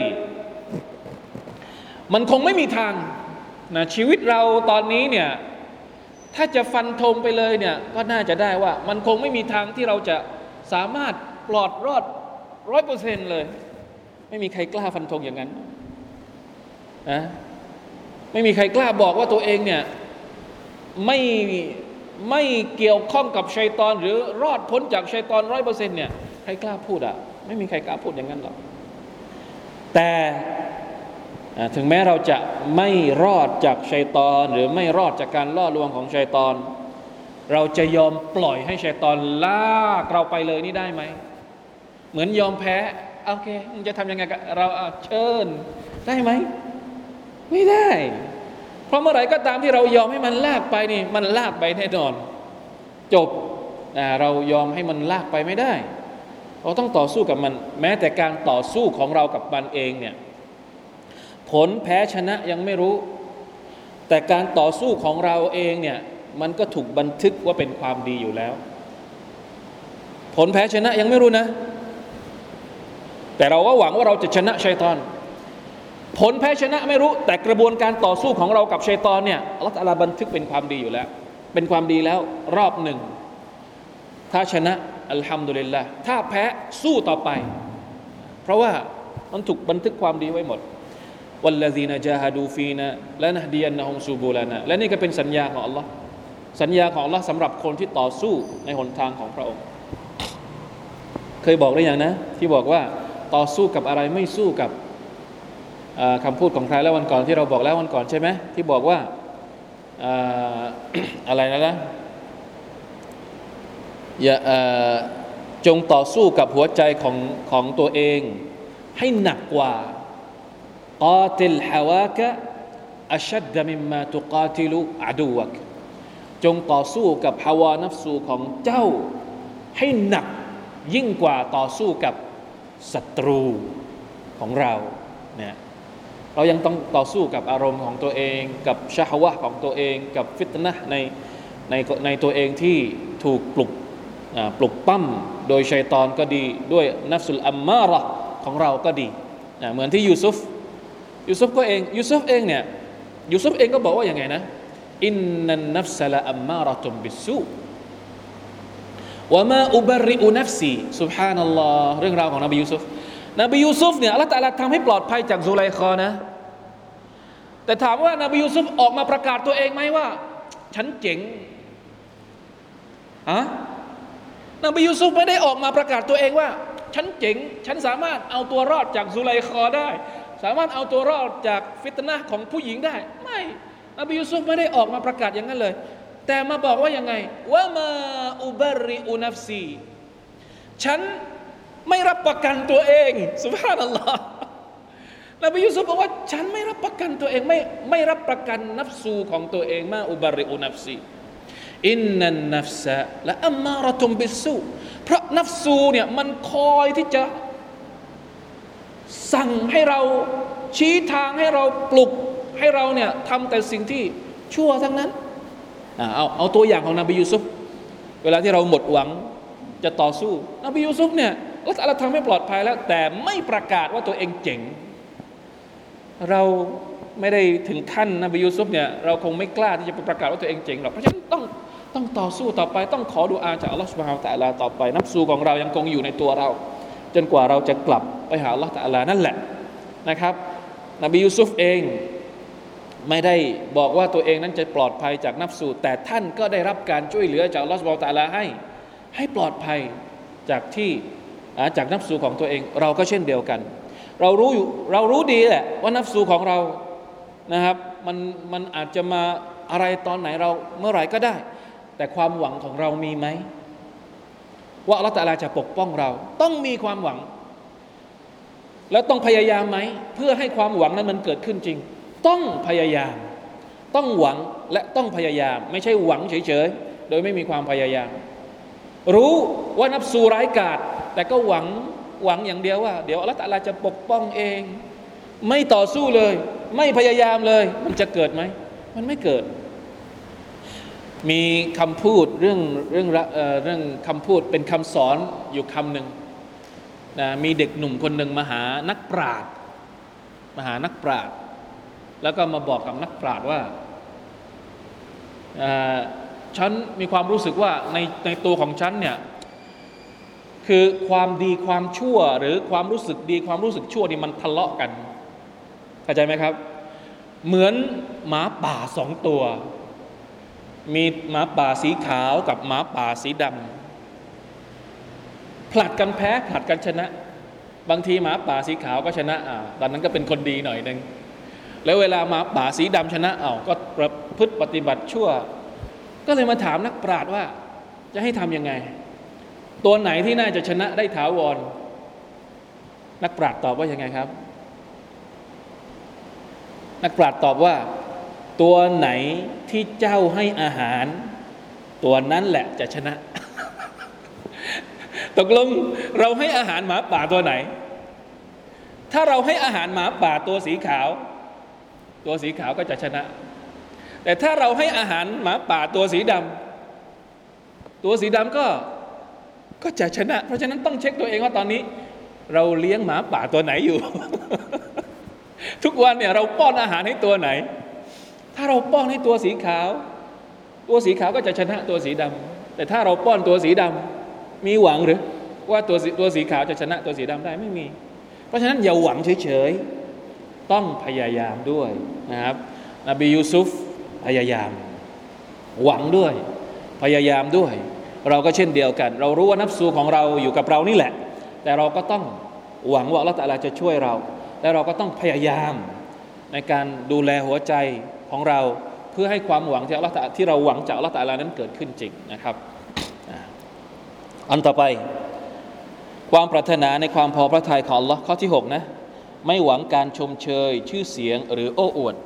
มันคงไม่มีทางนะชีวิตเราตอนนี้เนี่ยถ้าจะฟันธงไปเลยเนี่ยก็น่าจะได้ว่ามันคงไม่มีทางที่เราจะสามารถปลอดรอดร้อยเปอร์เซ็นต์เลยไม่มีใครกล้าฟันธงอย่างนั้นนะไม่มีใครกล้าบอกว่าตัวเองเนี่ยไม่ไม่เกี่ยวข้องกับชัยฏอนหรือรอดพ้นจากชัยฏอนร้อยเปอร์เซ็นต์เนี่ยใครกล้าพูดอ่ะไม่มีใครกล้าพูดอย่างนั้นหรอกแต่ถึงแม้เราจะไม่รอดจากชัยฏอนหรือไม่รอดจากการล่อลวงของชัยฏอนเราจะยอมปล่อยให้ชัยฏอนลากเราไปเลยนี่ได้ไหมเหมือนยอมแพ้โอเคมึงจะทำยังไงกับเราเชิญได้ไหมไม่ได้เพราะเมื่อไหร่ก็ตามที่เรายอมให้มันลากไปนี่มันลากไปแน่นอนจบเรายอมให้มันลากไปไม่ได้เราต้องต่อสู้กับมันแม้แต่การต่อสู้ของเรากับมันเองเนี่ยผลแพ้ชนะยังไม่รู้แต่การต่อสู้ของเราเองเนี่ยมันก็ถูกบันทึกว่าเป็นความดีอยู่แล้วผลแพ้ชนะยังไม่รู้นะแต่เราก็หวังว่าเราจะชนะชัยฏอนผลแพ้ชนะไม่รู้แต่กระบวนการต่อสู้ของเรากับชัยฏอนเนี่ยอัลเลาะห์ตะอาลาบันทึกเป็นความดีอยู่แล้วเป็นความดีแล้วรอบหนึ่งถ้าชนะอัลฮัมดุลิลละห์ถ้าแพ้สู้ต่อไปเพราะว่ามันถูกบันทึกความดีไว้หมดวัลลซีนะจาฮะดูฟีนะละนะฮดียันนะฮุมซูบูลานะและนี่ก็เป็นสัญญาของอัลเลาะห์สัญญาของอัลเลาะห์สำหรับคนที่ต่อสู้ในหนทางของพระองค์เคยบอกได้อย่างนะที่บอกว่าต่อสู้กับอะไรไม่สู้กับคำพูดของใครแล้ววันก่อนที่เราบอกแล้ววันก่อนใช่ไหมที่บอกว่า อะไรนะนะอย่าจงต่อสู้กับหัวใจของของตัวเองให้หนักกว่ากาติลฮาวากะอัชัดดะมิมมาตุกาติลุอะดูวะกจงต่อสู้กับฮาวานัฟซูของเจ้าให้หนักยิ่งกว่าต่อสู้กับศัตรูของเราเนี่ยเรายังต้องต่อสู้กับอารมณ์ของตัวเองกับชะฮวะห์ของตัวเองกับฟิตนะห์ในในในตัวเองที่ถูกปลุกปลุกปั้มโดยชัยฏอนก็ดีด้วยนัฟสุลอัมมาเราะห์ของเราก็ดีเหมือนที่ยูซุฟยูซุฟก็เองยูซุฟเองเนี่ยยูซุฟเองก็บอกว่าอย่างไงนะอินนันนัฟซะละอัมมาเราะตุมบิสซูวะมาอุบริอุนัฟซีซุบฮานัลลอฮ์เรื่องราวของนบียูซุฟนบียูซุฟเนี่ยอัลเลาะห์ตะอาลาทำให้ปลอดภัยจากซุไลคอนะแต่ถามว่านบียูซุฟออกมาประกาศตัวเองไหมว่าฉันเจ๋งอะนบียูซุฟไม่ได้ออกมาประกาศตัวเองว่าฉันเจ๋งฉันสามารถเอาตัวรอดจากซุไลคอได้สามารถเอาตัวรอดจากฟิตนะห์ของผู้หญิงได้ไม่นบียูซุฟไม่ได้ออกมาประกาศอย่างนั้นเลยแต่มาบอกว่ายังไงว่ามาอุบริอุนัฟซีฉันไม่รับประกันตัวเองซุบฮานัลลอฮ์นบียูซุฟบอกว่าฉันไม่รับประกันตัวเองไม่ไม่รับประกันนัฟซูของตัวเองมาอุบริอุนัฟซีอินนันนัฟซะละอัมมาเราะตุมบิสซูเพราะนัฟซูเนี่ยมันคอยที่จะสั่งให้เราชี้ทางให้เราปลุกให้เราเนี่ยทำแต่สิ่งที่ชั่วทั้งนั้นเอาเอาตัวอย่างของนบียูซุฟเวลาที่เราหมดหวังจะต่อสู้นบียูซุฟเนี่ยอัลเลาะห์ทำให้ปลอดภัยแล้วแต่ไม่ประกาศว่าตัวเองเจ๋งเราไม่ได้ถึงขั้นนบียูซุฟเนี่ยเราคงไม่กล้าที่จะประกาศว่าตัวเองเจ๋งหรอกเพราะฉะนั้นต้องต้องต่อสู้ต่อไปต้องขอดุอาจากอัลลอฮฺซุบฮานะฮูวะตะอาลาต่อไปนัฟซูของเรายังคงอยู่ในตัวเราจนกว่าเราจะกลับไปหาอัลลอฮฺตะอาลานั่นแหละนะครับนบียูซุฟเองไม่ได้บอกว่าตัวเองนั้นจะปลอดภัยจากนัฟซูแต่ท่านก็ได้รับการช่วยเหลือจากอัลลอฮฺซุบฮานะฮูวะตะอาลาให้ให้ปลอดภัยจากที่จากนัฟซูของตัวเองเราก็เช่นเดียวกันเรารู้อยู่เรารู้ดีแหละว่านัฟซูของเรานะครับมันมันอาจจะมาอะไรตอนไหนเราเมื่อไหร่ก็ได้แต่ความหวังของเรามีไหมว่าอัลเลาะห์ตะอาลาจะปกป้องเราต้องมีความหวังแล้วต้องพยายามไหมเพื่อให้ความหวังนั้นมันเกิดขึ้นจริงต้องพยายามต้องหวังและต้องพยายามไม่ใช่หวังเฉยๆโดยไม่มีความพยายามรู้ว่านัฟซูร้ายกาจแต่ก็หวังหวังอย่างเดียวว่าเดี๋ยวอัลเลาะห์ตะอาลาจะปกป้องเองไม่ต่อสู้เลยไม่พยายามเลยมันจะเกิดไหมมันไม่เกิดมีคำพูดเรื่องเรื่องเอ่อเรื่องคำพูดเป็นคำสอนอยู่คำหนึ่งนะมีเด็กหนุ่มคนหนึ่งมาหานักปราชญ์มาหานักปราชญ์แล้วก็มาบอกกับนักปราชญ์ว่าฉันมีความรู้สึกว่าในในตัวของฉันเนี่ยคือความดีความชั่วหรือความรู้สึกดีความรู้สึกชั่วนี่มันทะเลาะกันเข้าใจไหมครับเหมือนหมาป่าสองตัวมีหมาป่าสีขาวกับหมาป่าสีดำผลัดกันแพ้ผลัดกันชนะบางทีหมาป่าสีขาวก็ชนะอ่าตอนนั้นก็เป็นคนดีหน่อยนึงแล้วเวลาหมาป่าสีดำชนะอ้าวก็ประพฤติปฏิบัติชั่วก็เลยมาถามนักปราชญ์ว่าจะให้ทำยังไงตัวไหนที่น่าจะชนะได้ถาวรนักปราชญ์ตอบว่ายังไงครับนักปราชญ์ตอบว่าตัวไหนที่เจ้าให้อาหารตัวนั้นแหละจะชนะ ตกลงเราให้อาหารหมาป่าตัวไหนถ้าเราให้อาหารหมาป่าตัวสีขาวตัวสีขาวก็จะชนะแต่ถ้าเราให้อาหารหมาป่าตัวสีดำตัวสีดำก็ก็จะชนะเพราะฉะนั้นต้องเช็คตัวเองว่าตอนนี้เราเลี้ยงหมาป่าตัวไหนอยู่ ทุกวันเนี่ยเราป้อนอาหารให้ตัวไหนถ้าเราป้อนให้ตัวสีขาวตัวสีขาวก็จะชนะตัวสีดำแต่ถ้าเราป้อนตัวสีดำมีหวังหรือว่าตัวตัวสีขาวจะชนะตัวสีดำได้ไม่มีเพราะฉะนั้นอย่าหวังเฉยๆต้องพยายามด้วยนะครับนบียูซุฟพยายามหวังด้วยพยายามด้วยเราก็เช่นเดียวกันเรารู้ว่านัฟซูของเราอยู่กับเรานี่แหละแต่เราก็ต้องหวังว่าอัลเลาะห์ตะอาลาจะช่วยเราและเราก็ต้องพยายามในการดูแลหัวใจของเราเพื่อให้ความหวังที่อัลเลาะห์ตะอาลาที่เราหวังจากอัลเลาะห์ตะอาลานั้นเกิดขึ้นจริงนะครับอันต่อไปความปรารถนาในความพอพระทัยของอัลเลาะห์ข้อที่หกนะไม่หวังการชมเชยชื่อเสียงหรือโอ้อวด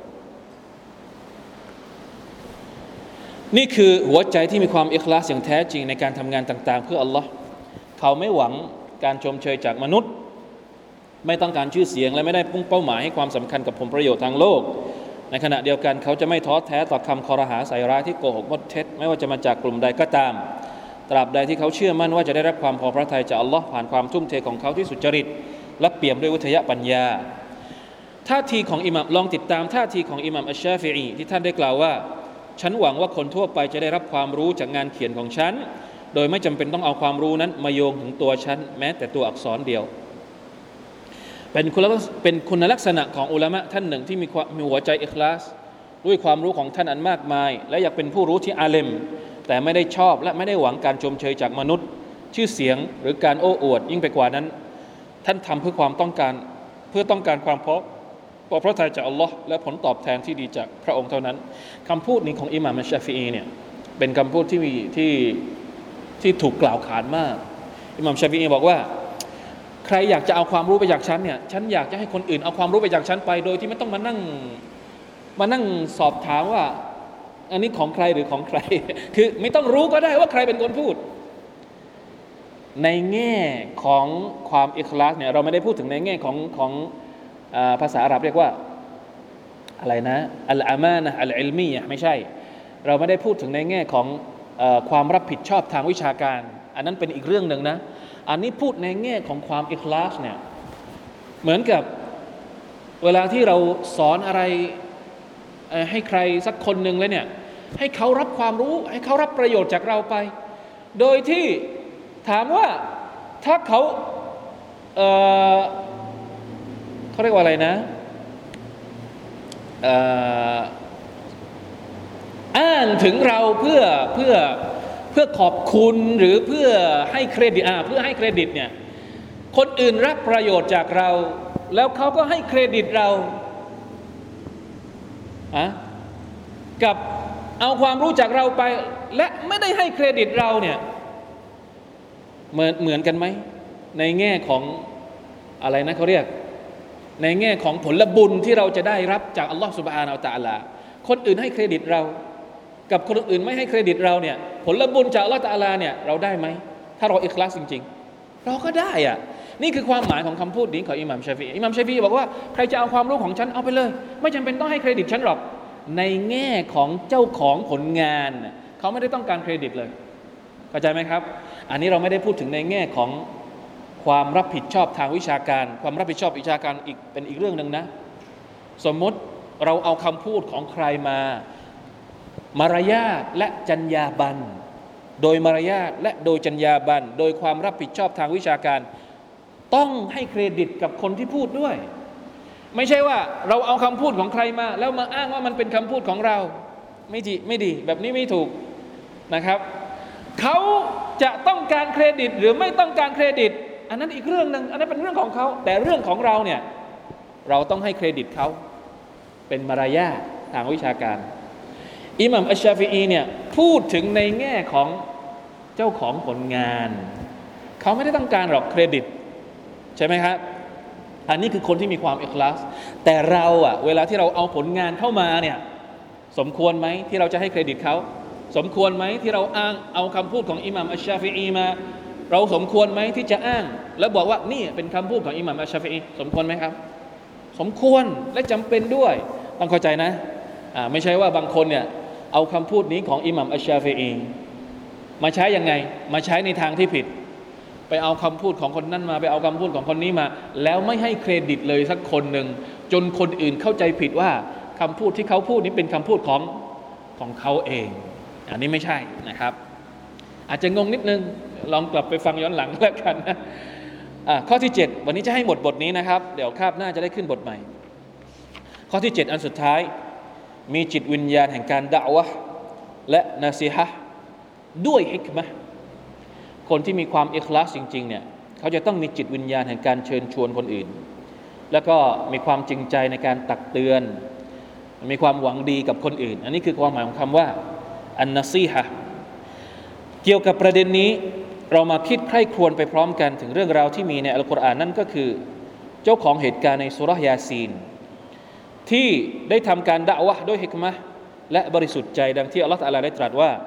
นี่คือหัวใจที่มีความอิคลาสอย่างแท้จริงในการทำงานต่างๆเพื่ออัลลอฮ์เขาไม่หวังการชมเชยจากมนุษย์ไม่ต้องการชื่อเสียงและไม่ได้พุ่งเป้าหมายให้ความสำคัญกับผลประโยชน์ทางโลกในขณะเดียวกันเขาจะไม่ท้อแท้ต่อคำคอรหาใส่ร้ายที่โกหกมดเท็จไม่ว่าจะมาจากกลุ่มใดก็ตามตราบใดที่เขาเชื่อมั่นว่าจะได้รับความพอพระทัยจากอัลลอฮ์ผ่านความทุ่มเทของเขาที่สุจริตและเปี่ยมด้วยวิทยาปัญญาท่าทีของอิหม่ามลองติดตามท่าทีของอิหม่ามอัชชาฟิอีที่ท่านได้กล่าวว่าฉันหวังว่าคนทั่วไปจะได้รับความรู้จากงานเขียนของฉันโดยไม่จำเป็นต้องเอาความรู้นั้นมาโยงถึงตัวฉันแม้แต่ตัวอักษรเดียวเป็นคุณเป็นคุณลักษณะของอุลามะท่านหนึ่งที่มีมีหัวใจอิคลาสด้วยความรู้ของท่านอันมากมายและอยากเป็นผู้รู้ที่อาเลมแต่ไม่ได้ชอบและไม่ได้หวังการชมเชยจากมนุษย์ชื่อเสียงหรือการโอ้อวดยิ่งไปกว่านั้นท่านทำเพื่อความต้องการเพื่อต้องการความพอพอพระทัยจากอัลลอฮ์และผลตอบแทนที่ดีจากพระองค์เท่านั้นคำพูดนี้ของอิหม่ามอัชชาฟิอีเนี่ยเป็นคำพูดที่มีที่ที่ถูกกล่าวขานมากอิหม่ามชาฟิอีบอกว่าใครอยากจะเอาความรู้ไปจากฉันเนี่ยฉันอยากจะให้คนอื่นเอาความรู้ไปจากฉันไปโดยที่ไม่ต้องมานั่งมานั่งสอบถามว่าอันนี้ของใครหรือของใคร คือไม่ต้องรู้ก็ได้ว่าใครเป็นคนพูดในแง่ของความอิคลาสเนี่ยเราไม่ได้พูดถึงในแง่ของของภาษาอาหรับเรียกว่าอะไรนะอัลอามานะอัลอิลมีไม่ใช่เราไม่ได้พูดถึงในแง่ของเอ่อความรับผิดชอบทางวิชาการอันนั้นเป็นอีกเรื่องหนึ่งนะอันนี้พูดในแง่ของความอิคลาสเนี่ยเหมือนกับเวลาที่เราสอนอะไรให้ใครสักคนหนึ่งแล้วเนี่ยให้เขารับความรู้ให้เขารับประโยชน์จากเราไปโดยที่ถามว่าถ้าเขาเอ่อเขาเรียกว่าอะไรนะเอ่ออ้างถึงเราเพื่อเพื่อเพื่อขอบคุณหรือเพื่อให้เครดิตอ่าเพื่อให้เครดิตเนี่ยคนอื่นรับประโยชน์จากเราแล้วเขาก็ให้เครดิตเราอะกับเอาความรู้จากเราไปและไม่ได้ให้เครดิตเราเนี่ยเหมือนเหมือนกันไหมในแง่ของอะไรนะเขาเรียกในแง่ของผลบุญที่เราจะได้รับจากอัลลอฮฺซุบฮานะฮูวะตะอาลาคนอื่นให้เครดิตเรากับคนอื่นไม่ให้เครดิตเราเนี่ยผลบุญจากอัลลอฮฺตะอาลาเนี่ยเราได้ไหมถ้าเราอิคลาสจริงๆเราก็ได้อะนี่คือความหมายของคำพูดนี้ของอิหม่ามชาฟิอีอิหม่ามชาฟิอีบอกว่าใครจะเอาความรู้ของฉันเอาไปเลยไม่จำเป็นต้องให้เครดิตฉันหรอกในแง่ของเจ้าของผลงานเขาไม่ได้ต้องการเครดิตเลยเข้าใจไหมครับอันนี้เราไม่ได้พูดถึงในแง่ของความรับผิดชอบทางวิชาการความรับผิดชอบวิชาการอีกเป็นอีกเรื่องนึงนะสมมติเราเอาคำพูดของใครมามารยาทและจรรยาบรรณโดยมารยาทและโดยจรรยาบรรณโดยความรับผิดชอบทางวิชาการต้องให้เครดิตกับคนที่พูดด้วยไม่ใช่ว่าเราเอาคำพูดของใครมาแล้วมาอ้างว่ามันเป็นคำพูดของเราไม่ดีไม่ดีแบบนี้ไม่ถูกนะครับเขาจะต้องการเครดิตหรือไม่ต้องการเครดิตอันนั้นอีกเรื่องนึงอันนั้นเป็นเรื่องของเขาแต่เรื่องของเราเนี่ยเราต้องให้เครดิตเขาเป็นมารยาททางวิชาการอิหม่ามอัชชาฟิอีเนี่ยพูดถึงในแง่ของเจ้าของผลงานเขาไม่ได้ต้องการหรอกเครดิตใช่ไหมครับอันนี้คือคนที่มีความอิคลาสแต่เราอะเวลาที่เราเอาผลงานเข้ามาเนี่ยสมควรไหมที่เราจะให้เครดิตเขาสมควรไหมที่เราอ้างเอาคำพูดของอิหม่ามอัชชาฟิอีมาเราสมควรไหมที่จะอ้างแล้วบอกว่านี่เป็นคำพูดของอิหม่ามอัชชาฟิอีสมควรไหมครับสมควรและจำเป็นด้วยต้องเข้าใจนะอ่าไม่ใช่ว่าบางคนเนี่ยเอาคำพูดนี้ของอิหม่ามอัชชาฟิอีมาใช้ยังไงมาใช้ในทางที่ผิดไปเอาคำพูดของคนนั้นมาไปเอาคำพูดของคนนี้มาแล้วไม่ให้เครดิตเลยสักคนหนึ่งจนคนอื่นเข้าใจผิดว่าคำพูดที่เขาพูดนี้เป็นคำพูดของของเขาเองอันนี้ไม่ใช่นะครับอาจจะงงนิดนึงลองกลับไปฟังย้อนหลังแล้วกันนะอ่าข้อที่เจ็ดวันนี้จะให้หมดบทนี้นะครับเดี๋ยวคาบหน้าจะได้ขึ้นบทใหม่ข้อที่เจ็ดอันสุดท้ายมีจิตวิญญาณแห่งการดะอวะห์และนาซีฮะห์ด้วยฮิกมะห์คนที่มีความอิคลาสจริงๆเนี่ยเขาจะต้องมีจิตวิญญาณแห่งการเชิญชวนคนอื่นแล้วก็มีความจริงใจในการตักเตือนมีความหวังดีกับคนอื่นอันนี้คือความหมายของคำว่าอันนาซีฮะห์เกี่ยวกับประเด็นนี้เรามาคิดใคร่ครวญไปพร้อมกันถึงเรื่องราวที่มีในอัลกุรอานนั่นก็คือเจ้าของเหตุการณ์ในซูเราะห์ยาซีนที่ได้ทำการดะอวะห์ด้วยฮิกมะห์และบริสุทธิ์ใจดังที่อัลเลาะห์ตะอาลาได้ตรัสว่า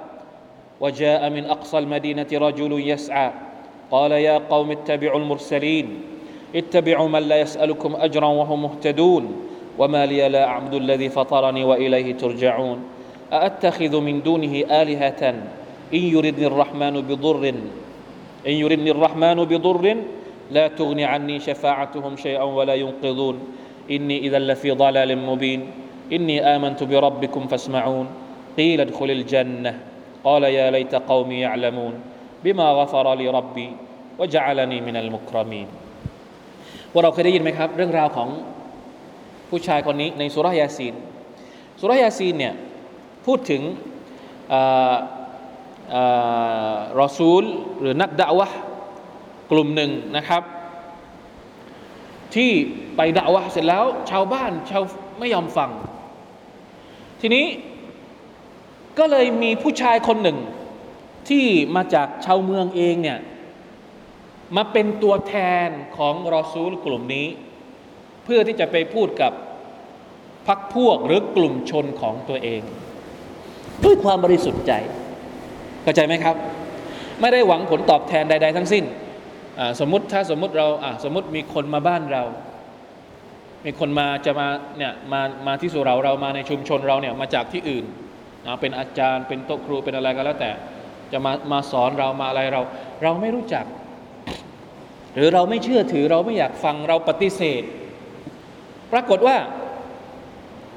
وجاء من أقصى المدينة رجل يسعى قال يا قوم اتبعوا المرسلين اتبعوا من لا يسألكم أجرا وهم مهتدون وما لي لا أعبد الذي فطرني وإليه ترجعون أأتخذ من دونه آلهة إن يردني الرحمن بضر إن يردني الرحمن بضر لا تغني عني شفاعتهم شيئا ولا ينقذون إني إذا لفي ضلال مبين إني آمنت بربكم فاسمعون قيل ادخل الجنة قال يا ليت قومي يعلمون بما غفر لي ربي وجعلني من المكرمين ว่าเราเคยได้ยินไหมครับเรื่องราวของผู้ชายคนนี้ในซูเราะห์ยาซีนซูเราะห์ยาซีนเนี่ยพูดถึงรอซูลหรือนักดะอวะห์กลุ่มหนึ่งนะครับที่ไปดะอวะห์เสร็จแล้วชาวบ้านชาวไม่ยอมฟังทีนี้ก็เลยมีผู้ชายคนหนึ่งที่มาจากชาวเมืองเองเนี่ยมาเป็นตัวแทนของรอซูลกลุ่มนี้เพื่อที่จะไปพูดกับพรรคพวกหรือกลุ่มชนของตัวเองด้วยความบริสุทธิ์ใจเข้าใจไหมครับไม่ได้หวังผลตอบแทนใดๆทั้งสิ้นสมมุติถ้าสมมุติเราสมมุติมีคนมาบ้านเรามีคนมาจะมาเนี่ยมามาที่สุเราเรามาในชุมชนเราเนี่ยมาจากที่อื่นเป็นอาจารย์เป็นโต๊ะครูเป็นอะไรก็แล้วแต่จะมามาสอนเรามาอะไรเราเราไม่รู้จักหรือเราไม่เชื่อถือเราไม่อยากฟังเราปฏิเสธปรากฏว่า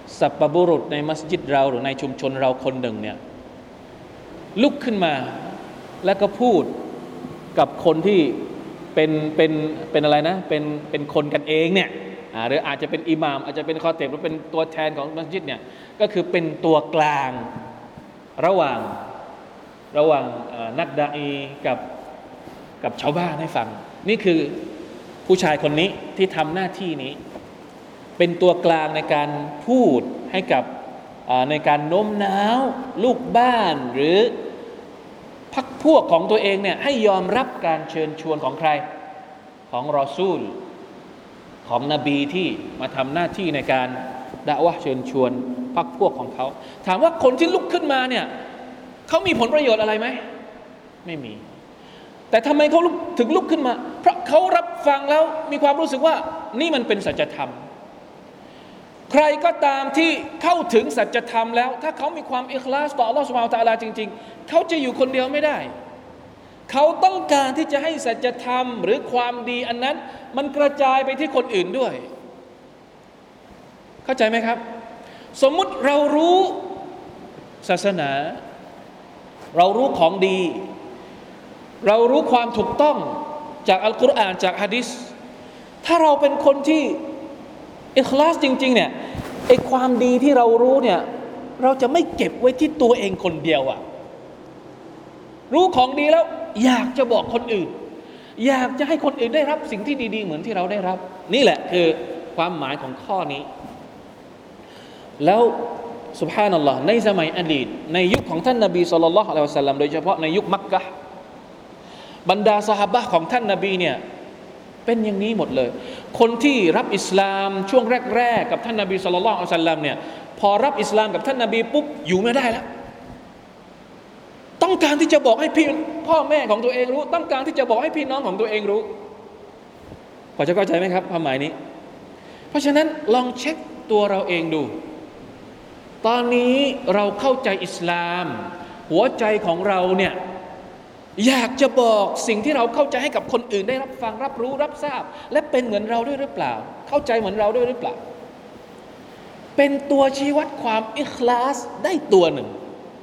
สัปปบุรุษในมัสยิดเราหรือในชุมชนเราคนหนึ่งเนี่ยลุกขึ้นมาแล้วก็พูดกับคนที่เป็นเป็นเป็นอะไรนะเป็นเป็นคนกันเองเนี่ยหรืออาจจะเป็นอิหม่ามอาจจะเป็นคอเตบหรือเป็นตัวแทนของมัสยิดเนี่ยก็คือเป็นตัวกลางระหว่างระหว่างนักดาอีกับกับชาวบ้านให้ฟังนี่คือผู้ชายคนนี้ที่ทำหน้าที่นี้เป็นตัวกลางในการพูดให้กับในการโน้มน้าวลูกบ้านหรือพรรคพวกของตัวเองเนี่ยให้ยอมรับการเชิญชวนของใครของรอซูลของนบีที่มาทำหน้าที่ในการดะอ์วะห์เชิญชวนพรรคพวกของเขาถามว่าคนที่ลุกขึ้นมาเนี่ยเขามีผลประโยชน์อะไรไหมไม่มีแต่ทำไมเขาถึงลุกขึ้นมาเพราะเขารับฟังแล้วมีความรู้สึกว่านี่มันเป็นสัจธรรมใครก็ตามที่เข้าถึงสัจธรรมแล้วถ้าเขามีความอิคลาสต่ออัลเลาะห์ซุบฮานะฮูวะตะอาลาจริงๆเขาจะอยู่คนเดียวไม่ได้เขาต้องการที่จะให้สัจธรรมหรือความดีอันนั้นมันกระจายไปที่คนอื่นด้วยเข้าใจไหมครับสมมุติเรารู้ศาสนาเรารู้ของดีเรารู้ความถูกต้องจากอัลกุรอานจากหะดีษถ้าเราเป็นคนที่อิคลาสจริงๆเนี่ยไอ้ความดีที่เรารู้เนี่ยเราจะไม่เก็บไว้ที่ตัวเองคนเดียวอะรู้ของดีแล้วอยากจะบอกคนอื่นอยากจะให้คนอื่นได้รับสิ่งที่ดีๆเหมือนที่เราได้รับนี่แหละคือความหมายของข้อนี้แล้วซุบฮานัลลอฮ์ในสมัยอดีตในยุคของท่านนบีศ็อลลัลลอฮุอะลัยฮิวะซัลลัมโดยเฉพาะในยุคมักกะฮ์บรรดาซอฮาบะห์ของท่านนบีเนี่ยเป็นอย่างนี้หมดเลยคนที่รับอิสลามช่วงแรกๆกับท่านนบีศ็อลลัลลอฮุอะลัยฮิวะซัลลัมเนี่ยพอรับอิสลามกับท่านนบีปุ๊บอยู่ไม่ได้แล้วต้องการที่จะบอกให้พี่พ่อแม่ของตัวเองรู้ต้องการที่จะบอกให้พี่น้องของตัวเองรู้พอจะเข้าใจไหมครับความหมายนี้เพราะฉะนั้นลองเช็คตัวเราเองดูตอนนี้เราเข้าใจอิสลามหัวใจของเราเนี่ยอยากจะบอกสิ่งที่เราเข้าใจให้กับคนอื่นได้รับฟังรับรู้รับทราบและเป็นเหมือนเราด้วยหรือเปล่าเข้าใจเหมือนเราด้วยหรือเปล่าเป็นตัวชี้วัดความอิคลาสได้ตัวหนึ่ง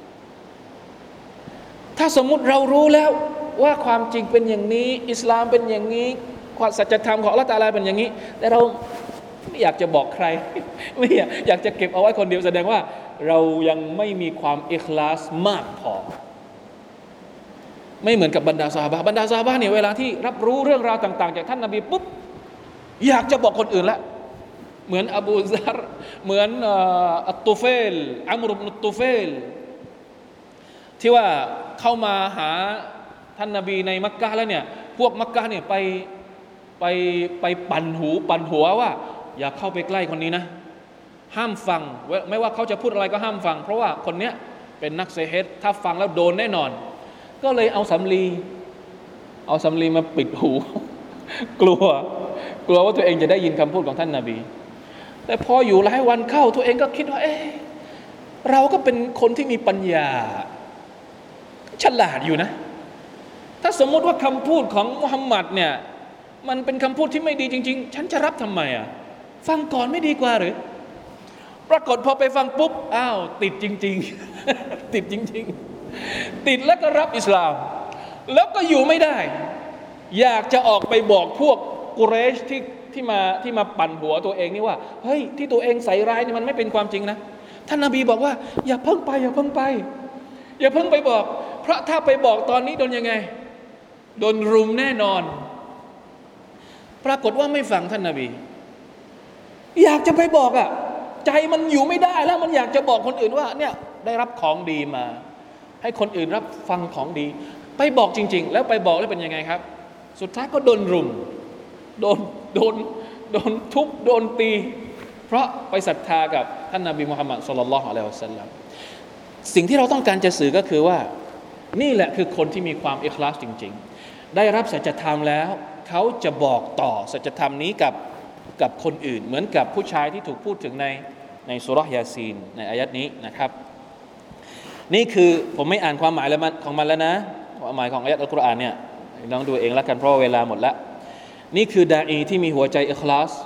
ถ้าสมมุติเรารู้แล้วว่าความจริงเป็นอย่างนี้อิสลามเป็นอย่างนี้ความสัจธรรมของอัลเลาะห์ตะอาลาเป็นอย่างนี้แต่เราไม่อยากจะบอกใครไม่อยากอยากจะเก็บเอาไว้คนเดียวแสดงว่าเรายังไม่มีความอิคลาสมากพอไม่เหมือนกับบรรดาซอฮาบะห์บรรดาซอฮาบะห์เนี่ยเวลาที่รับรู้เรื่องราวต่างๆจากท่านนบีปุ๊บอยากจะบอกคนอื่นละเหมือนอบูซัรเหมือนอัตตุเฟลอัมรุบนุตตุเฟลที่ว่าเข้ามาหาท่านนบีในมักกะฮ์แล้วเนี่ยพวกมักกะฮ์เนี่ยไปไปไปปั่นหูปั่นหัวว่าอย่าเข้าไปใกล้คนนี้นะห้ามฟังไม่ว่าเขาจะพูดอะไรก็ห้ามฟังเพราะว่าคนเนี้ยเป็นนักเซฮิรถ้าฟังแล้วโดนแน่นอนก็เลยเอาสำลีเอาสำลีมาปิดหูกลัวกลัวว่าตัวเองจะได้ยินคำพูดของท่านนบีแต่พออยู่หลายวันเข้าตัวเองก็คิดว่าเอ๊ะเราก็เป็นคนที่มีปัญญาฉลาดอยู่นะถ้าสมมติว่าคำพูดของมุฮัมมัดเนี่ยมันเป็นคำพูดที่ไม่ดีจริงๆฉันจะรับทำไมอ่ะฟังก่อนไม่ดีกว่าหรือปรากฏพอไปฟังปุ๊บอ้าวติดจริงๆติดจริงๆติดแล้วก็รับอิสลามแล้วก็อยู่ไม่ได้อยากจะออกไปบอกพวกกุเรชที่ที่มาที่มาปั่นหัวตัวเองนี่ว่าเฮ้ยที่ตัวเองใส่ร้ายนี่มันไม่เป็นความจริงนะท่านนบีบอกว่าอย่าเพิ่งไปอย่าเพิ่งไปอย่าเพิ่งไปบอกเพราะถ้าไปบอกตอนนี้โดนยังไงโดนรุมแน่นอนปรากฏว่าไม่ฟังท่านนบีอยากจะไปบอกอ่ะใจมันอยู่ไม่ได้แล้วมันอยากจะบอกคนอื่นว่าเนี่ยได้รับของดีมาให้คนอื่นรับฟังของดีไปบอกจริงๆแล้วไปบอกแล้วเป็นยังไงครับสุดท้ายก็โดนรุมโดนโดนโดนทุบโดนตีเพราะไปศรัทธากับท่านนบีมุฮัมมัดศ็อลลัลลอฮุอะลัยฮิวะซัลลัมสิ่งที่เราต้องการจะสื่อก็คือว่านี่แหละคือคนที่มีความอิคลาสจริงๆได้รับสัจธรรมแล้วเขาจะบอกต่อสัจธรรมนี้กับกับคนอื่นเหมือนกับผู้ชายที่ถูกพูดถึงในในซูเราะห์ยาซีนในอายัดนี้นะครับนี่คือผมไม่อ่านความหมายแล้วมันของมันแล้วนะความหมายของอายัดอัลกุรอานเนี่ยลองดูเองแล้วกันเพราะเวลาหมดแล้วนี่คือดาอีที่มีหัวใจอิคลาส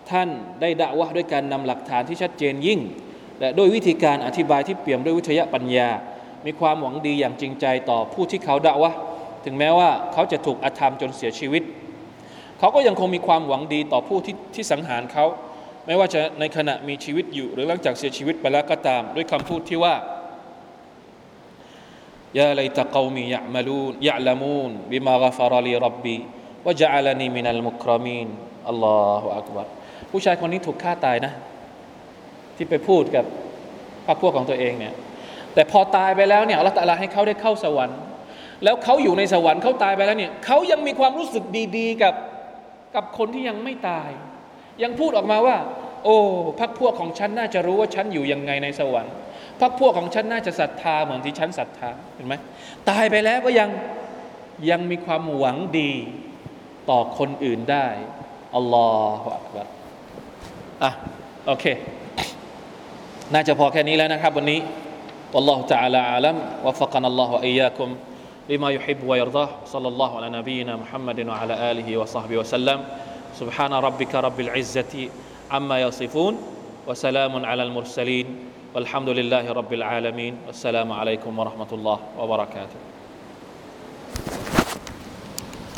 ท่านได้ดะวะห์ด้วยการนำหลักฐานที่ชัดเจนยิ่งและด้วยวิธีการอธิบายที่เปี่ยมด้วยวิทยาปัญญามีความหวังดีอย่างจริงใจต่อผู้ที่เขาดะวะห์ถึงแม้ว่าเขาจะถูกอธรรมจนเสียชีวิตเขาก็ยังคงมีความหวังดีต่อผู้ที่ที่สังหารเขาไม่ว่าจะในขณะมีชีวิตอยู่หรือหลังจากเสียชีวิตไปแล้วก็ตามด้วยคำพูดที่ว่ายาไลตะกอมียะมะลูนยะละมูนบิมาฆะฟะรลีร็อบบีวะญะอะลานีมินัลมุกรมีนอัลลอฮุอักบัรผู้ชายคนนี้ถูกฆ่าตายนะที่ไปพูดกับพรรคพวกของตัวเองเนี่ยแต่พอตายไปแล้วเนี่ยอัลเลาะห์ตะอาลาให้เขาได้เข้าสวรรค์แล้วเขาอยู่ในสวรรค์เขาตายไปแล้วเนี่ยเขายังมีความรู้สึกดีๆกับกับคนที่ยังไม่ตายยังพูดออกมาว่าโอ้พรรคพวกของฉันน่าจะรู้ว่าฉันอยู่ยังไงในสวรรค์พรรคพวกของฉันน่าจะศรัทธาเหมือนที่ฉันศรัทธาเห็นไหมตายไปแล้วก็ยังยังมีความหวังดีต่อคนอื่นได้อัลลอฮฺอักบัรอ่ะโอเคน่าจะพอแค่นี้แล้วนะครับวันนี้والله تعالى أعلم وفقنا الله وإياكم لما يحب ويرضاه صلى الله على نبينا محمد وعلى آله وصحبه وسلم سبحان ربك رب العزة عما يصفون وسلام على المرسلين والحمد لله رب العالمين والسلام عليكم ورحمة الله وبركاته